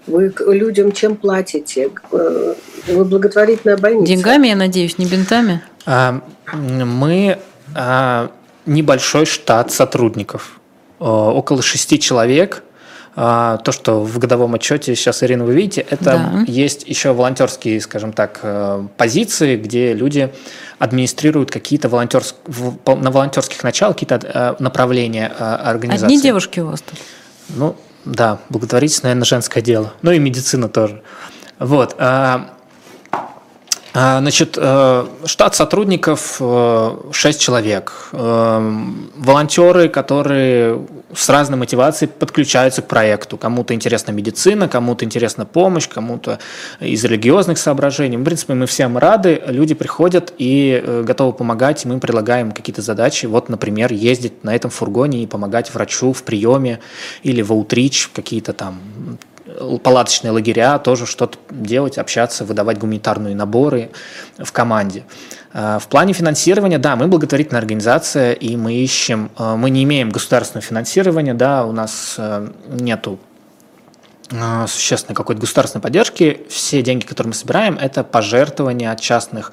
Вы людям чем платите? Вы благотворительная больница. Деньгами, я надеюсь, не бинтами? Мы небольшой штат сотрудников, около шести человек. То, что в годовом отчете сейчас, Ирина, вы видите, это да. Есть еще волонтерские, скажем так, позиции, где люди администрируют какие-то волонтерс... на волонтерских началах какие-то направления организации. Одни девушки у вас тут? Ну, да, благотворительное, наверное, женское дело. Ну и медицина тоже. Вот. Значит, штат сотрудников шесть человек. Волонтеры, которые с разной мотивацией подключаются к проекту. Кому-то интересна медицина, кому-то интересна помощь, кому-то из религиозных соображений. В принципе, мы всем рады. Люди приходят и готовы помогать. Мы предлагаем какие-то задачи. Вот, например, ездить на этом фургоне и помогать врачу в приеме или в аутрич, какие-то там палаточные лагеря, тоже что-то делать, общаться, выдавать гуманитарные наборы в команде. В плане финансирования, да, мы благотворительная организация, и мы ищем, мы не имеем государственного финансирования, да, у нас нету существенной какой-то государственной поддержки. Все деньги, которые мы собираем, это пожертвования от частных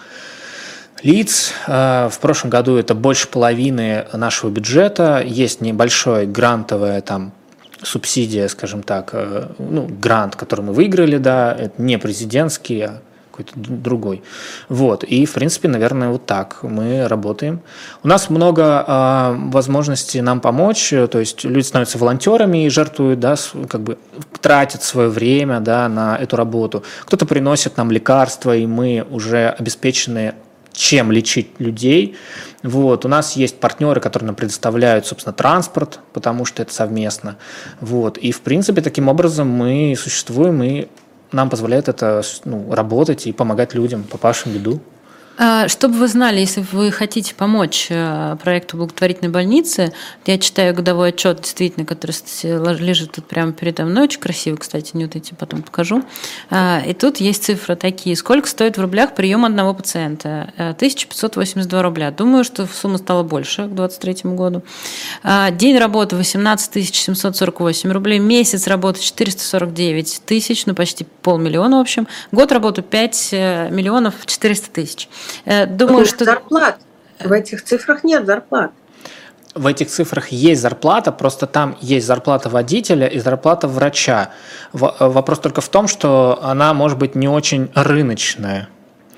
лиц. В прошлом году это больше половины нашего бюджета. Есть небольшое грантовое там субсидия, скажем так, ну, грант, который мы выиграли, да, это не президентский, а какой-то другой. Вот. И, в принципе, наверное, вот так мы работаем. У нас много э, возможностей нам помочь, то есть люди становятся волонтерами и жертвуют, да, как бы тратят свое время, да, на эту работу. Кто-то приносит нам лекарства, и мы уже обеспечены чем лечить людей. Вот. У нас есть партнеры, которые нам предоставляют, собственно, транспорт, потому что это совместно. Вот. И, в принципе, таким образом мы существуем, и нам позволяет это, ну, работать и помогать людям, попавшим в беду. Чтобы вы знали, если вы хотите помочь проекту благотворительной больницы, я читаю годовой отчет, действительно, который лежит тут прямо передо мной, очень красивый, кстати, не вот эти потом покажу. И тут есть цифры такие. Сколько стоит в рублях прием одного пациента? тысяча пятьсот восемьдесят два рубля. Думаю, что сумма стала больше к двадцать третьему году. День работы восемнадцать тысяч семьсот сорок восемь рублей. Месяц работы четыреста сорок девять тысяч, ну почти полмиллиона, в общем. Год работы пять миллионов четыреста тысяч. Думаю, что... Зарплат. В этих цифрах нет зарплат. В этих цифрах есть зарплата, просто там есть зарплата водителя и зарплата врача. Вопрос только в том, что она может быть не очень рыночная.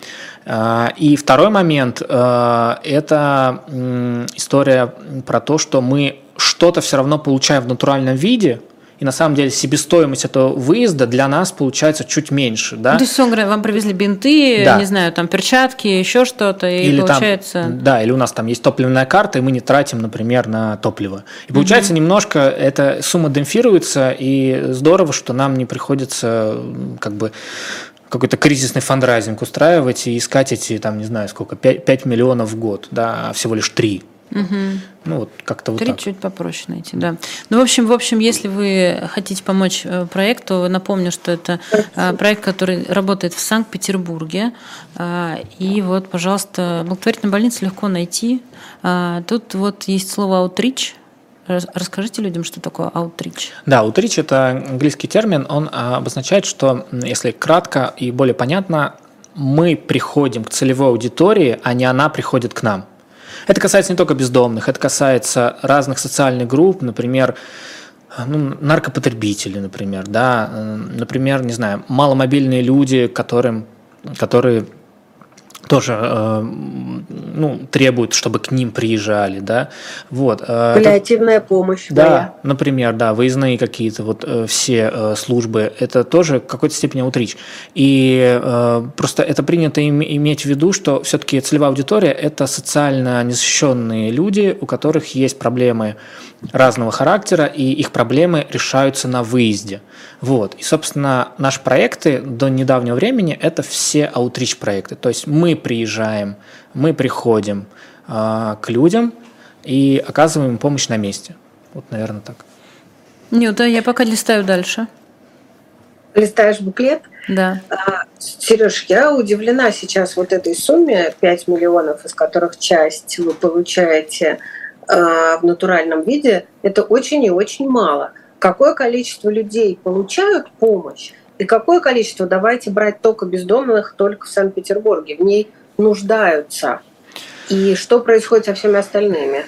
И второй момент – это история про то, что мы что-то все равно получаем в натуральном виде, и на самом деле себестоимость этого выезда для нас получается чуть меньше. Да? То есть, он говорит, вам привезли бинты, да. не знаю, там перчатки, еще что-то, и или получается… Там, да, или у нас там есть топливная карта, и мы не тратим, например, на топливо. И получается, угу. немножко эта сумма демпфируется, и здорово, что нам не приходится как бы какой-то кризисный фандрайзинг устраивать и искать эти, там, не знаю, сколько, пять миллионов в год, да, а всего лишь три. Угу. Ну, вот как-то вот Три так. чуть попроще найти, да. Ну, в общем, в общем, если вы хотите помочь проекту, напомню, что это проект, который работает в Санкт-Петербурге. И вот, пожалуйста, благотворительную больницу легко найти. Тут вот есть слово «аутрич». Расскажите людям, что такое аутрич. Да, аутрич – это английский термин. Он обозначает, что, если кратко и более понятно, мы приходим к целевой аудитории, а не она приходит к нам. Это касается не только бездомных, это касается разных социальных групп, например, ну, наркопотребители, например, да, например, не знаю, маломобильные люди, которым, которые тоже э, ну, требуют, чтобы к ним приезжали, да, вот. Паллиативная это, помощь. Да, моя. Например, да, выездные какие-то вот э, все э, службы, это тоже в какой-то степени аутрич. И э, просто это принято им, иметь в виду, что все-таки целевая аудитория – это социально незащищенные люди, у которых есть проблемы разного характера, и их проблемы решаются на выезде. Вот. И, собственно, наши проекты до недавнего времени – это все аутрич-проекты. То есть мы приезжаем, мы приходим э, к людям и оказываем им помощь на месте. Вот, наверное, так. Нюта, я пока листаю дальше. Листаешь буклет? Да. А, Сереж, я удивлена сейчас вот этой сумме пять миллионов, из которых часть вы получаете а, в натуральном виде. Это очень и очень мало. Какое количество людей получают помощь И какое количество? Давайте брать только бездомных, только в Санкт-Петербурге. В ней нуждаются. И что происходит со всеми остальными?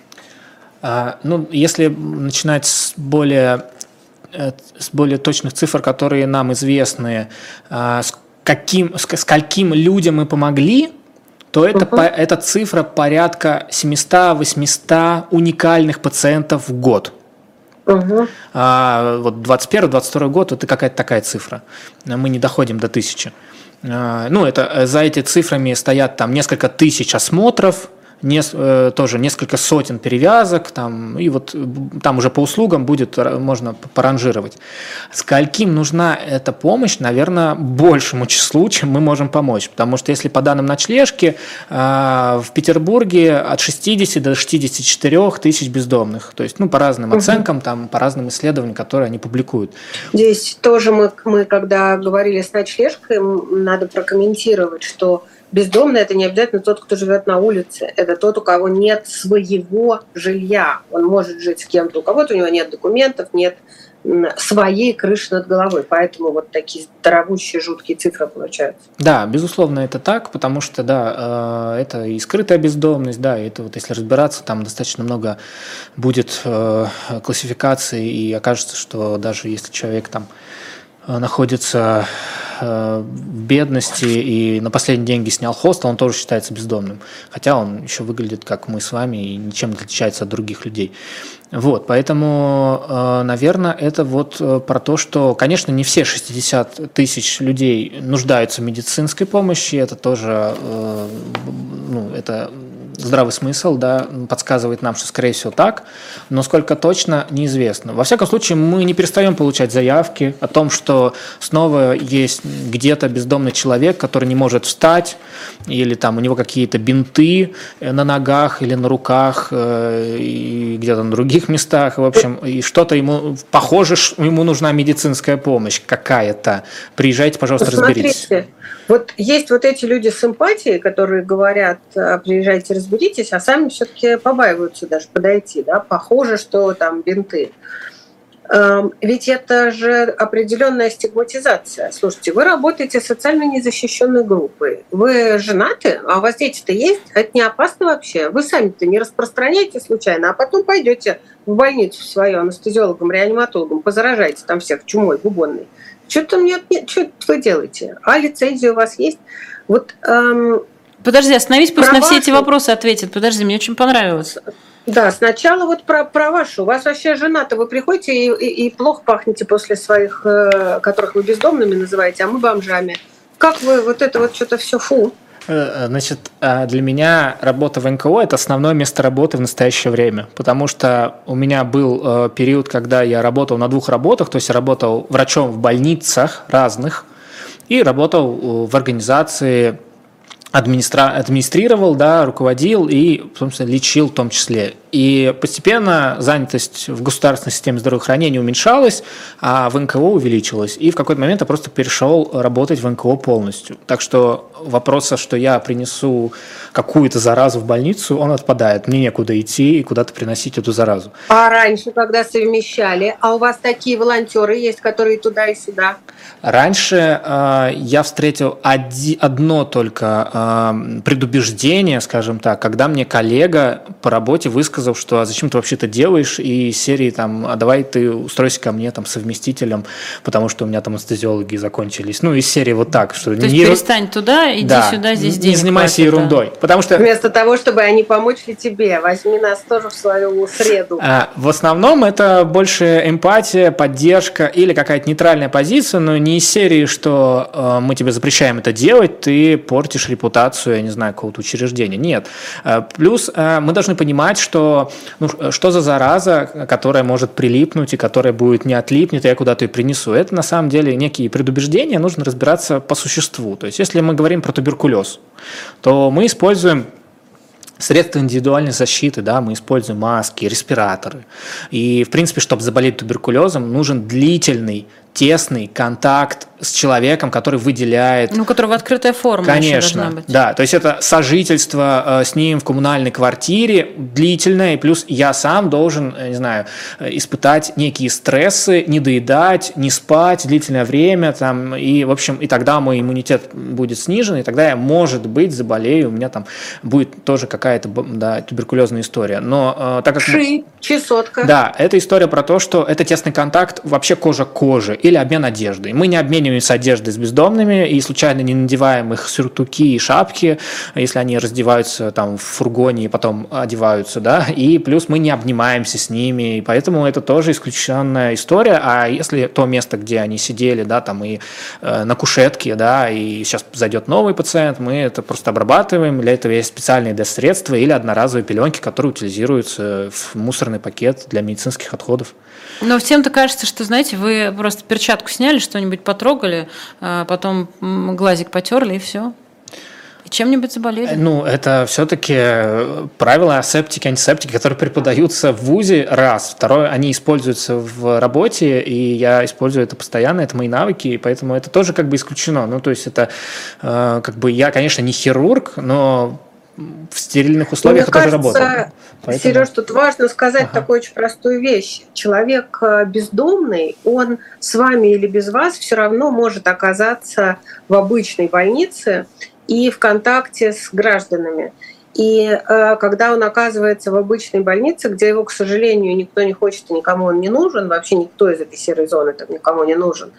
А, ну, если начинать с более, с более точных цифр, которые нам известны, а, с каким, с скольким людям мы помогли, то это, uh-huh. по, эта цифра порядка семьсот-восемьсот уникальных пациентов в год. Uh-huh. А, вот двадцать первый - двадцать второй год – это какая-то такая цифра. Мы не доходим до тысячи. А, ну, это, за эти цифрами стоят там несколько тысяч осмотров, Не, тоже несколько сотен перевязок, там, и вот там уже по услугам будет, можно поранжировать. Скольким нужна эта помощь, наверное, большему числу, чем мы можем помочь. Потому что если по данным ночлежки, в Петербурге от шестидесяти до шестидесяти четырёх тысяч бездомных. То есть, ну, по разным угу. оценкам, там, по разным исследованиям, которые они публикуют. Здесь тоже мы, мы, когда говорили с ночлежкой, надо прокомментировать, что бездомный – это не обязательно тот, кто живет на улице. Это тот, у кого нет своего жилья. Он может жить с кем-то. У кого-то у него нет документов, нет своей крыши над головой. Поэтому вот такие дорогущие, жуткие цифры получаются. Да, безусловно, это так, потому что, да, это и скрытая бездомность, да, это вот если разбираться, там достаточно много будет классификаций, и окажется, что даже если человек там находится в бедности и на последние деньги снял хостел, он тоже считается бездомным. Хотя он еще выглядит, как мы с вами, и ничем не отличается от других людей. Вот, поэтому, наверное, это вот про то, что, конечно, не все шестьдесят тысяч людей нуждаются в медицинской помощи, это тоже, ну, это здравый смысл, да, подсказывает нам, что, скорее всего, так, но сколько точно, неизвестно. Во всяком случае, мы не перестаем получать заявки о том, что снова есть где-то бездомный человек, который не может встать, или там у него какие-то бинты на ногах или на руках, и где-то на других местах, в общем, и что-то ему, похоже, ему нужна медицинская помощь какая-то. Приезжайте, пожалуйста, разберитесь. Смотрите, вот есть вот эти люди с эмпатией, которые говорят, приезжайте, разберитесь, а сами все-таки побаиваются даже подойти, да, похоже, что там бинты. Ведь это же определенная стигматизация. Слушайте, вы работаете с социально незащищенной группой, вы женаты, а у вас дети-то есть, это не опасно вообще. Вы сами-то не распространяете случайно, а потом пойдете в больницу свою анестезиологом, реаниматологом, позаражаете там всех чумой бубонной. Что там нет, нет, что вы делаете? А лицензия у вас есть? Вот, эм, Подожди, остановись, пусть на все вашу... эти вопросы ответит. Подожди, мне очень понравилось. Да, сначала вот про, про вашу. У вас вообще жена-то, вы приходите и, и, и плохо пахнете после своих, э, которых вы бездомными называете, а мы бомжами. Как вы вот это вот что-то все фу? Значит, для меня работа в эн ка о – это основное место работы в настоящее время, потому что у меня был период, когда я работал на двух работах, то есть я работал врачом в больницах разных и работал в организации, администра... администрировал, да, руководил и, собственно, лечил в том числе. И постепенно занятость в государственной системе здравоохранения уменьшалась, а в эн ка о увеличилась. И в какой-то момент я просто перешел работать в эн ка о полностью. Так что вопроса, что я принесу какую-то заразу в больницу, он отпадает. Мне некуда идти и куда-то приносить эту заразу. А раньше, когда совмещали, а у вас такие волонтеры есть, которые туда и сюда? Раньше э, я встретил оди, одно только э, предубеждение, скажем так, когда мне коллега по работе высказал, что а зачем ты вообще это делаешь, и из серии там, а давай ты устройся ко мне там совместителем, потому что у меня там анестезиологи закончились. Ну, из серии вот так. Что То не... есть перестань туда, иди да, сюда, здесь денег. Не занимайся хватит, ерундой. Да. Потому что... Вместо того, чтобы они помочь тебе, возьми нас тоже в свою среду. А, в основном это больше эмпатия, поддержка или какая-то нейтральная позиция, но не из серии, что э, мы тебе запрещаем это делать, ты портишь репутацию, я не знаю, какого-то учреждения. Нет. Э, плюс э, мы должны понимать, что ну, что за зараза, которая может прилипнуть и которая будет не отлипнет, и я куда-то ее принесу. Это на самом деле некие предубеждения, нужно разбираться по существу. То есть если мы говорим про туберкулез, то мы используем средства индивидуальной защиты, да, мы используем маски, респираторы. И, в принципе, чтобы заболеть туберкулезом, нужен длительный тесный контакт с человеком, который выделяет... Ну, у которого открытая форма. Конечно, должна быть. Да. То есть это сожительство э, с ним в коммунальной квартире длительное, и плюс я сам должен, не знаю, испытать некие стрессы, не доедать, не спать длительное время, там, и, в общем, и тогда мой иммунитет будет снижен, и тогда я, может быть, заболею, у меня там будет тоже какая-то, да, туберкулезная история. Но э, так как... Ши, чесотка. Да, это история про то, что это тесный контакт, вообще кожа к коже, или обмен одеждой. Мы не обмениваемся одеждой с бездомными и случайно не надеваем их сюртуки и шапки, если они раздеваются там в фургоне и потом одеваются, да, и плюс мы не обнимаемся с ними, и поэтому это тоже исключенная история. А если то место, где они сидели, да, там и э, на кушетке, да, и сейчас зайдет новый пациент, мы это просто обрабатываем, для этого есть специальные средства или одноразовые пеленки, которые утилизируются в мусорный пакет для медицинских отходов. Но всем-то кажется, что, знаете, вы просто перчатку сняли, что-нибудь потрогали, потом глазик потерли и все. И чем-нибудь заболели. Ну, это все-таки правила асептики, антисептики, которые преподаются в вузе, раз. Второе, они используются в работе, и я использую это постоянно, это мои навыки, и поэтому это тоже как бы исключено. Ну, то есть это как бы я, конечно, не хирург, но в стерильных условиях Мне я тоже кажется, работаю. Поэтому... Сереж, тут важно сказать ага. такую очень простую вещь. Человек бездомный, он с вами или без вас все равно может оказаться в обычной больнице и в контакте с гражданами. И э, когда он оказывается в обычной больнице, где его, к сожалению, никто не хочет и никому он не нужен, вообще никто из этой серой зоны там никому не нужен,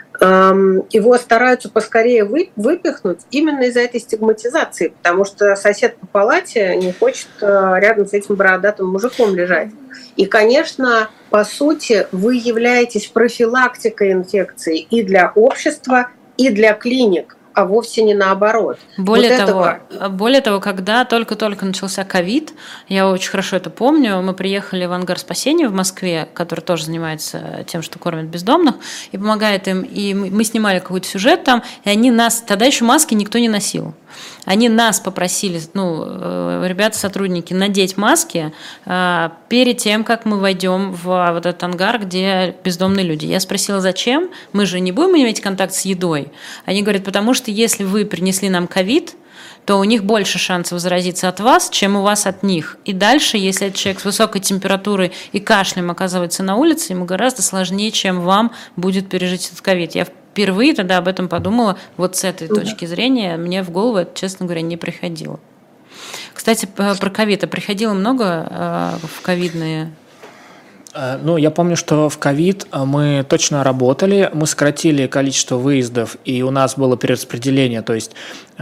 его стараются поскорее выпихнуть именно из-за этой стигматизации, потому что сосед по палате не хочет рядом с этим бородатым мужиком лежать. И, конечно, по сути, вы являетесь профилактикой инфекции и для общества, и для клиник, а вовсе не наоборот. Более, вот того, этого... более того, когда только-только начался ковид, я очень хорошо это помню, мы приехали в ангар спасения в Москве, который тоже занимается тем, что кормит бездомных, и помогает им, и мы снимали какой-то сюжет там, и они нас, тогда еще маски никто не носил. Они нас попросили, ну, ребята-сотрудники, надеть маски э, перед тем, как мы войдем в вот этот ангар, где бездомные люди. Я спросила, зачем? Мы же не будем иметь контакт с едой. Они говорят, потому что если вы принесли нам ковид, то у них больше шансов заразиться от вас, чем у вас от них. И дальше, если этот человек с высокой температурой и кашлем оказывается на улице, ему гораздо сложнее, чем вам будет пережить этот ковид. Я впервые тогда об этом подумала вот с этой точки зрения. Мне в голову это, честно говоря, не приходило. Кстати, про ковид. А приходило много э, в ковидные... Ну, я помню, что в ковид мы точно работали, мы сократили количество выездов, и у нас было перераспределение, то есть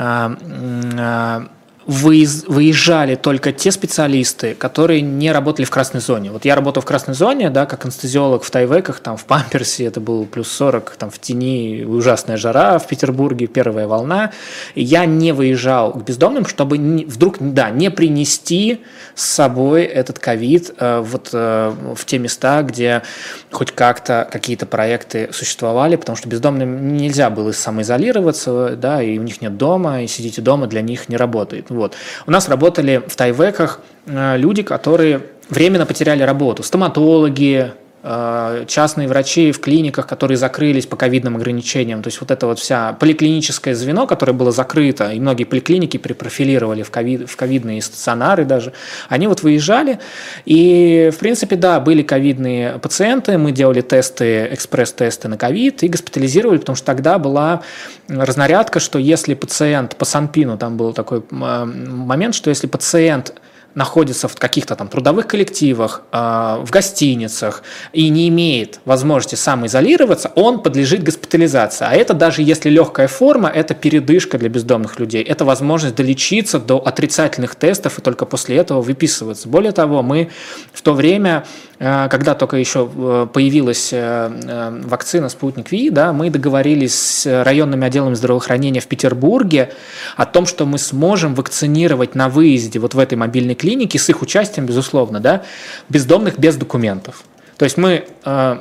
выезжали только те специалисты, которые не работали в красной зоне. Вот я работал в красной зоне, да, как анестезиолог в Тайвеках, там в Памперсе, это было плюс сорок, там в тени ужасная жара в Петербурге, первая волна. И я не выезжал к бездомным, чтобы не, вдруг, да, не принести с собой этот ковид э, вот э, в те места, где хоть как-то какие-то проекты существовали, потому что бездомным нельзя было самоизолироваться, да, и у них нет дома, и сидите дома для них не работает. Вот. У нас работали в Тайвеках люди, которые временно потеряли работу. Стоматологи, частные врачи в клиниках, которые закрылись по ковидным ограничениям. То есть вот это вот вся поликлиническое звено, которое было закрыто, и многие поликлиники перепрофилировали в, ковид, в ковидные стационары даже, они вот выезжали. И, в принципе, да, были ковидные пациенты, мы делали тесты, экспресс-тесты на ковид и госпитализировали, потому что тогда была разнарядка, что если пациент по Санпину, там был такой момент, что если пациент находится в каких-то там трудовых коллективах, в гостиницах и не имеет возможности самоизолироваться, он подлежит госпитализации. А это даже если легкая форма, это передышка для бездомных людей. Это возможность долечиться до отрицательных тестов и только после этого выписываться. Более того, мы в то время, когда только еще появилась вакцина «Спутник Ви», да, мы договорились с районными отделами здравоохранения в Петербурге о том, что мы сможем вакцинировать на выезде вот в этой мобильной клинике, клиники с их участием, безусловно, да, бездомных без документов. То есть мы э,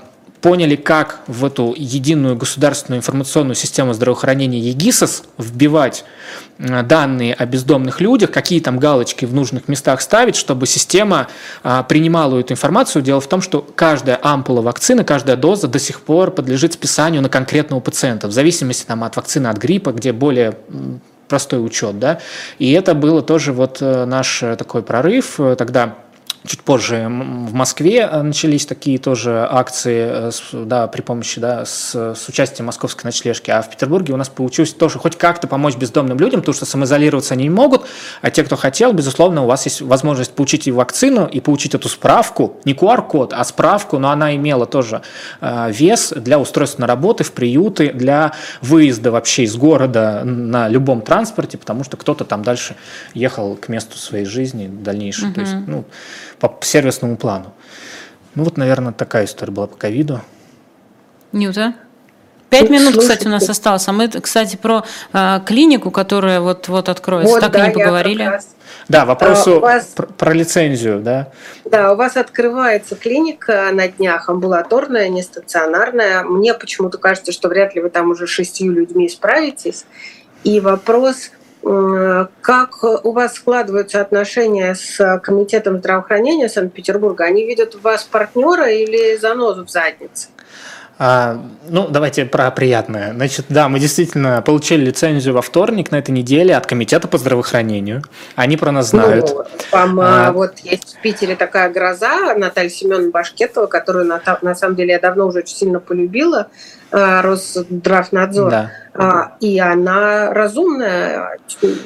поняли, как в эту единую государственную информационную систему здравоохранения ЕГИСОС вбивать данные о бездомных людях, какие там галочки в нужных местах ставить, чтобы система а, принимала эту информацию. Дело в том, что каждая ампула вакцины, каждая доза до сих пор подлежит списанию на конкретного пациента, в зависимости там, от вакцины от гриппа, где более простой учет. Да? И это было тоже вот наш такой прорыв. Тогда чуть позже в Москве начались такие тоже акции, да, при помощи, да, с, с участием московской ночлежки, а в Петербурге у нас получилось тоже хоть как-то помочь бездомным людям, потому что самоизолироваться они не могут, а те, кто хотел, безусловно, у вас есть возможность получить и вакцину, и получить эту справку, не ку ар код, а справку, но она имела тоже э, вес для устройства на работы, в приюты, для выезда вообще из города на любом транспорте, потому что кто-то там дальше ехал к месту своей жизни дальнейшей, mm-hmm. то есть, ну, по сервисному плану. Ну вот, наверное, такая история была по ковиду. Нюта? Пять минут, кстати, у нас осталось. А мы, кстати, про а, клинику, которая вот-вот откроется, вот, так да, и не поговорили. Да, вопрос а, вас... про, про лицензию, да. Да, у вас открывается клиника на днях, амбулаторная, не стационарная. Мне почему-то кажется, что вряд ли вы там уже шестью людьми справитесь. И вопрос... Как у вас складываются отношения с Комитетом здравоохранения Санкт-Петербурга? Они видят в вас партнера или занозу в заднице? А, ну, давайте про приятное. Значит, да, мы действительно получили лицензию во вторник на этой неделе от Комитета по здравоохранению. Они про нас знают. Ну, там а... вот есть в Питере такая гроза, Наталья Семеновна Башкетова, которую на, на самом деле я давно уже очень сильно полюбила, Росздравнадзор. Да. А, и она разумная,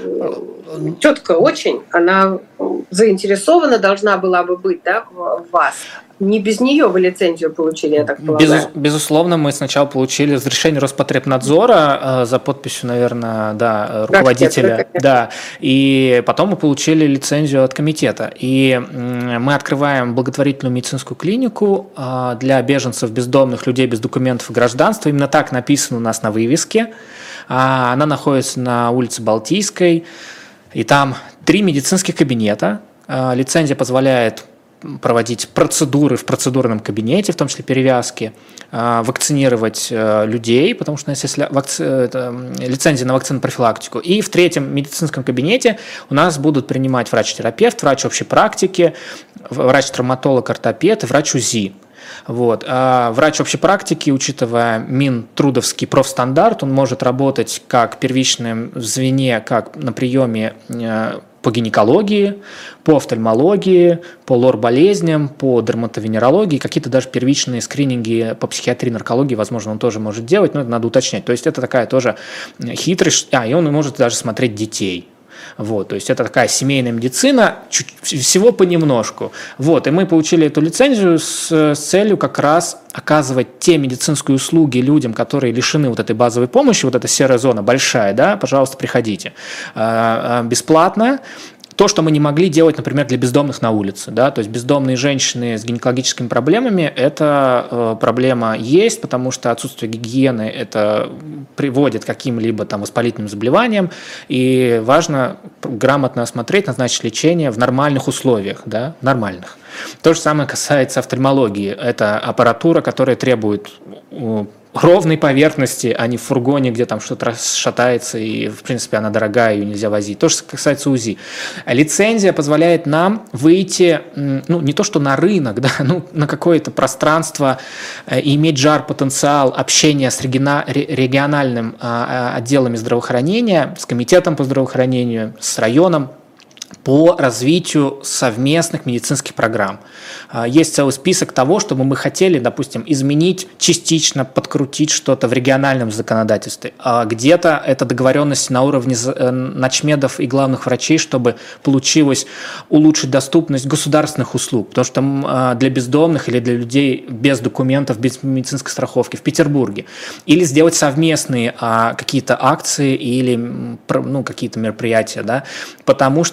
тетка очень, она заинтересована должна была бы быть, да, в вас. Не без нее вы лицензию получили, я так полагаю. Без, безусловно, мы сначала получили разрешение Роспотребнадзора э, за подписью, наверное, да, руководителя. Да, да, и потом мы получили лицензию от комитета. И э, мы открываем благотворительную медицинскую клинику э, для беженцев, бездомных, людей без документов и гражданства. Именно так написано у нас на вывеске. А, она находится на улице Балтийской. И там три медицинских кабинета. Э, лицензия позволяет проводить процедуры в процедурном кабинете, в том числе перевязки, вакцинировать людей, потому что у нас есть вакци... лицензия на вакцинную профилактику. И в третьем медицинском кабинете у нас будут принимать врач-терапевт, врач общей практики, врач-травматолог, ортопед и врач УЗИ. Вот. А врач общей практики, учитывая Минтрудовский профстандарт, он может работать как первичным в звене, как на приеме по гинекологии, по офтальмологии, по лор-болезням, по дерматовенерологии, какие-то даже первичные скрининги по психиатрии, наркологии, возможно, он тоже может делать, но это надо уточнять. То есть это такая тоже хитрость, а, и он может даже смотреть детей. Вот, то есть это такая семейная медицина, чуть, всего понемножку. Вот, и мы получили эту лицензию с, с целью как раз оказывать те медицинские услуги людям, которые лишены вот этой базовой помощи, вот эта серая зона большая, да, пожалуйста, приходите. Бесплатно. То, что мы не могли делать, например, для бездомных на улице. Да? То есть бездомные женщины с гинекологическими проблемами, эта э, проблема есть, потому что отсутствие гигиены это приводит к каким-либо там воспалительным заболеваниям, и важно грамотно осмотреть, назначить лечение в нормальных условиях, да? Нормальных. То же самое касается офтальмологии. Это аппаратура, которая требует ровной поверхности, а не в фургоне, где там что-то шатается, и, в принципе, она дорогая, ее нельзя возить. То же касается УЗИ. Лицензия позволяет нам выйти, ну, не то что на рынок, да, ну, на какое-то пространство и иметь жар-потенциал общения с региональным отделами здравоохранения, с комитетом по здравоохранению, с районом, по развитию совместных медицинских программ. Есть целый список того, что мы хотели, допустим, изменить, частично подкрутить что-то в региональном законодательстве. Где-то это договоренность на уровне начмедов и главных врачей, чтобы получилось улучшить доступность государственных услуг. Потому что для бездомных или для людей без документов, без медицинской страховки в Петербурге. Или сделать совместные какие-то акции или ну, какие-то мероприятия. Да? Потому что мы не важно,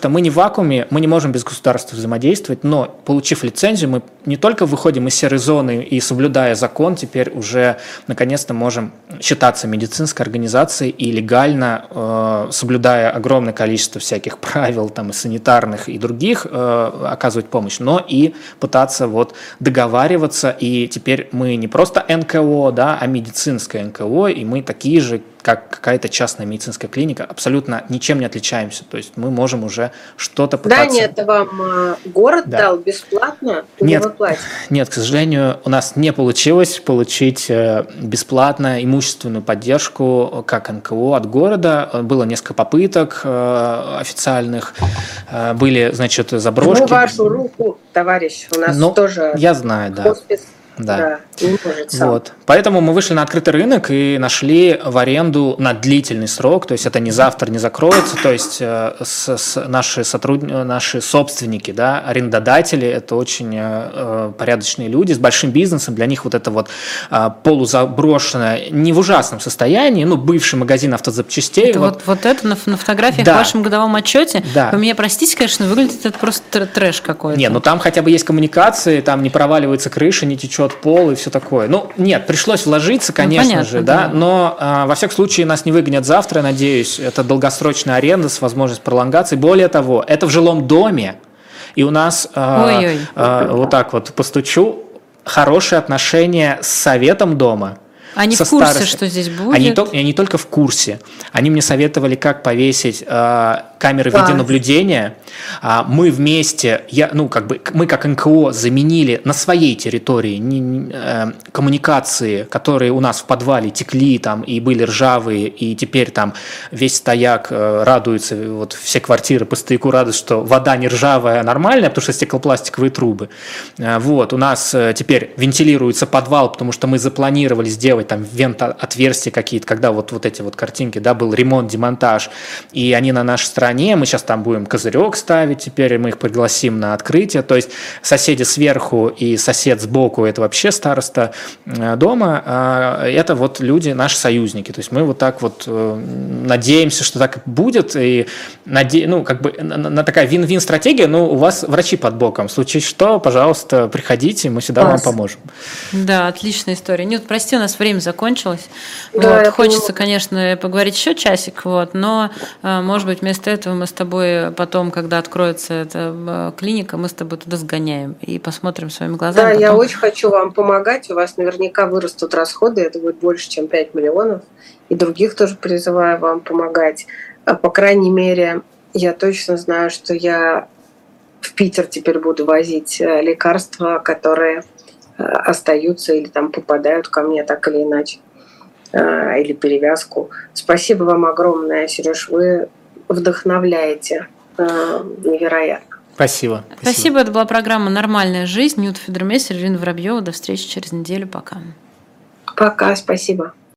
вакууме, мы не можем без государства взаимодействовать, но, получив лицензию, мы не только выходим из серой зоны и, соблюдая закон, теперь уже наконец-то можем считаться медицинской организацией и легально, э, соблюдая огромное количество всяких правил, там, и санитарных, и других, э, оказывать помощь, но и пытаться вот договариваться, и теперь мы не просто эн ка о, да, а медицинское эн ка о, и мы такие же, как какая-то частная медицинская клиника, абсолютно ничем не отличаемся. То есть мы можем уже что-то пытаться... Да, нет, это вам город да. дал бесплатно? Нет, нет, к сожалению, у нас не получилось получить бесплатно имущественную поддержку как эн ка о от города. Было несколько попыток официальных, были, значит, заброшки. Ну, вашу руку, товарищ, у нас ну, тоже я знаю, да. хоспис. Да. Да, не может сам. Вот. Поэтому мы вышли на открытый рынок и нашли в аренду на длительный срок, то есть это не завтра не закроется, то есть э, с, с наши, сотрудники, наши собственники, да, арендодатели, это очень э, порядочные люди с большим бизнесом, для них вот это вот э, полузаброшенное, не в ужасном состоянии, ну, бывший магазин автозапчастей. Это вот, вот, вот это на, на фотографиях да. в вашем годовом отчете, да. вы меня простите, конечно, выглядит это просто трэш какой-то. Нет, ну там хотя бы есть коммуникации, там не проваливается крыша, не течет пол и все такое. Ну, нет, пришлось вложиться, конечно ну, понятно, же, да, да. но а, во всяком случае нас не выгонят завтра, я надеюсь. Это долгосрочная аренда с возможностью пролонгации. Более того, это в жилом доме, и у нас, а, а, вот так вот постучу, хорошие отношения с советом дома. Они в курсе, старостью. Что здесь будет? Они, то, они только в курсе. Они мне советовали, как повесить э, камеры да. видеонаблюдения. А, мы вместе, я, ну, как бы, мы как эн ка о заменили на своей территории не, не, э, коммуникации, которые у нас в подвале текли там, и были ржавые, и теперь там весь стояк э, радуется, вот все квартиры по стояку радуются, что вода не ржавая, а нормальная, потому что стеклопластиковые трубы. Э, вот, у нас э, теперь вентилируется подвал, потому что мы запланировали сделать там вент-отверстия какие-то, когда вот, вот эти вот картинки, да, был ремонт, демонтаж, и они на нашей стороне, мы сейчас там будем козырек ставить, теперь мы их пригласим на открытие, то есть соседи сверху и сосед сбоку, это вообще староста дома, это вот люди, наши союзники, то есть мы вот так вот надеемся, что так будет, и наде... ну, как бы на такая вин-вин стратегия, но у вас врачи под боком, в случае что, пожалуйста, приходите, мы всегда Класс. Вам поможем. Да, отличная история. Нет, прости, у нас время закончилось. Да, вот. Хочется, понимаю. Конечно, поговорить еще часик, вот, но, может быть, вместо этого мы с тобой потом, когда откроется эта клиника, мы с тобой туда сгоняем и посмотрим своими глазами. Да, потом. Я очень хочу вам помогать. У вас наверняка вырастут расходы, это будет больше, чем пять миллионов. И других тоже призываю вам помогать. По крайней мере, я точно знаю, что я в Питер теперь буду возить лекарства, которые остаются или там попадают ко мне так или иначе, или перевязку. Спасибо вам огромное, Сереж, вы вдохновляете невероятно. Спасибо. Спасибо. Спасибо. Это была программа «Нормальная жизнь». Нюта Федермейстер, Ирина Воробьева. До встречи через неделю. Пока. Пока, спасибо.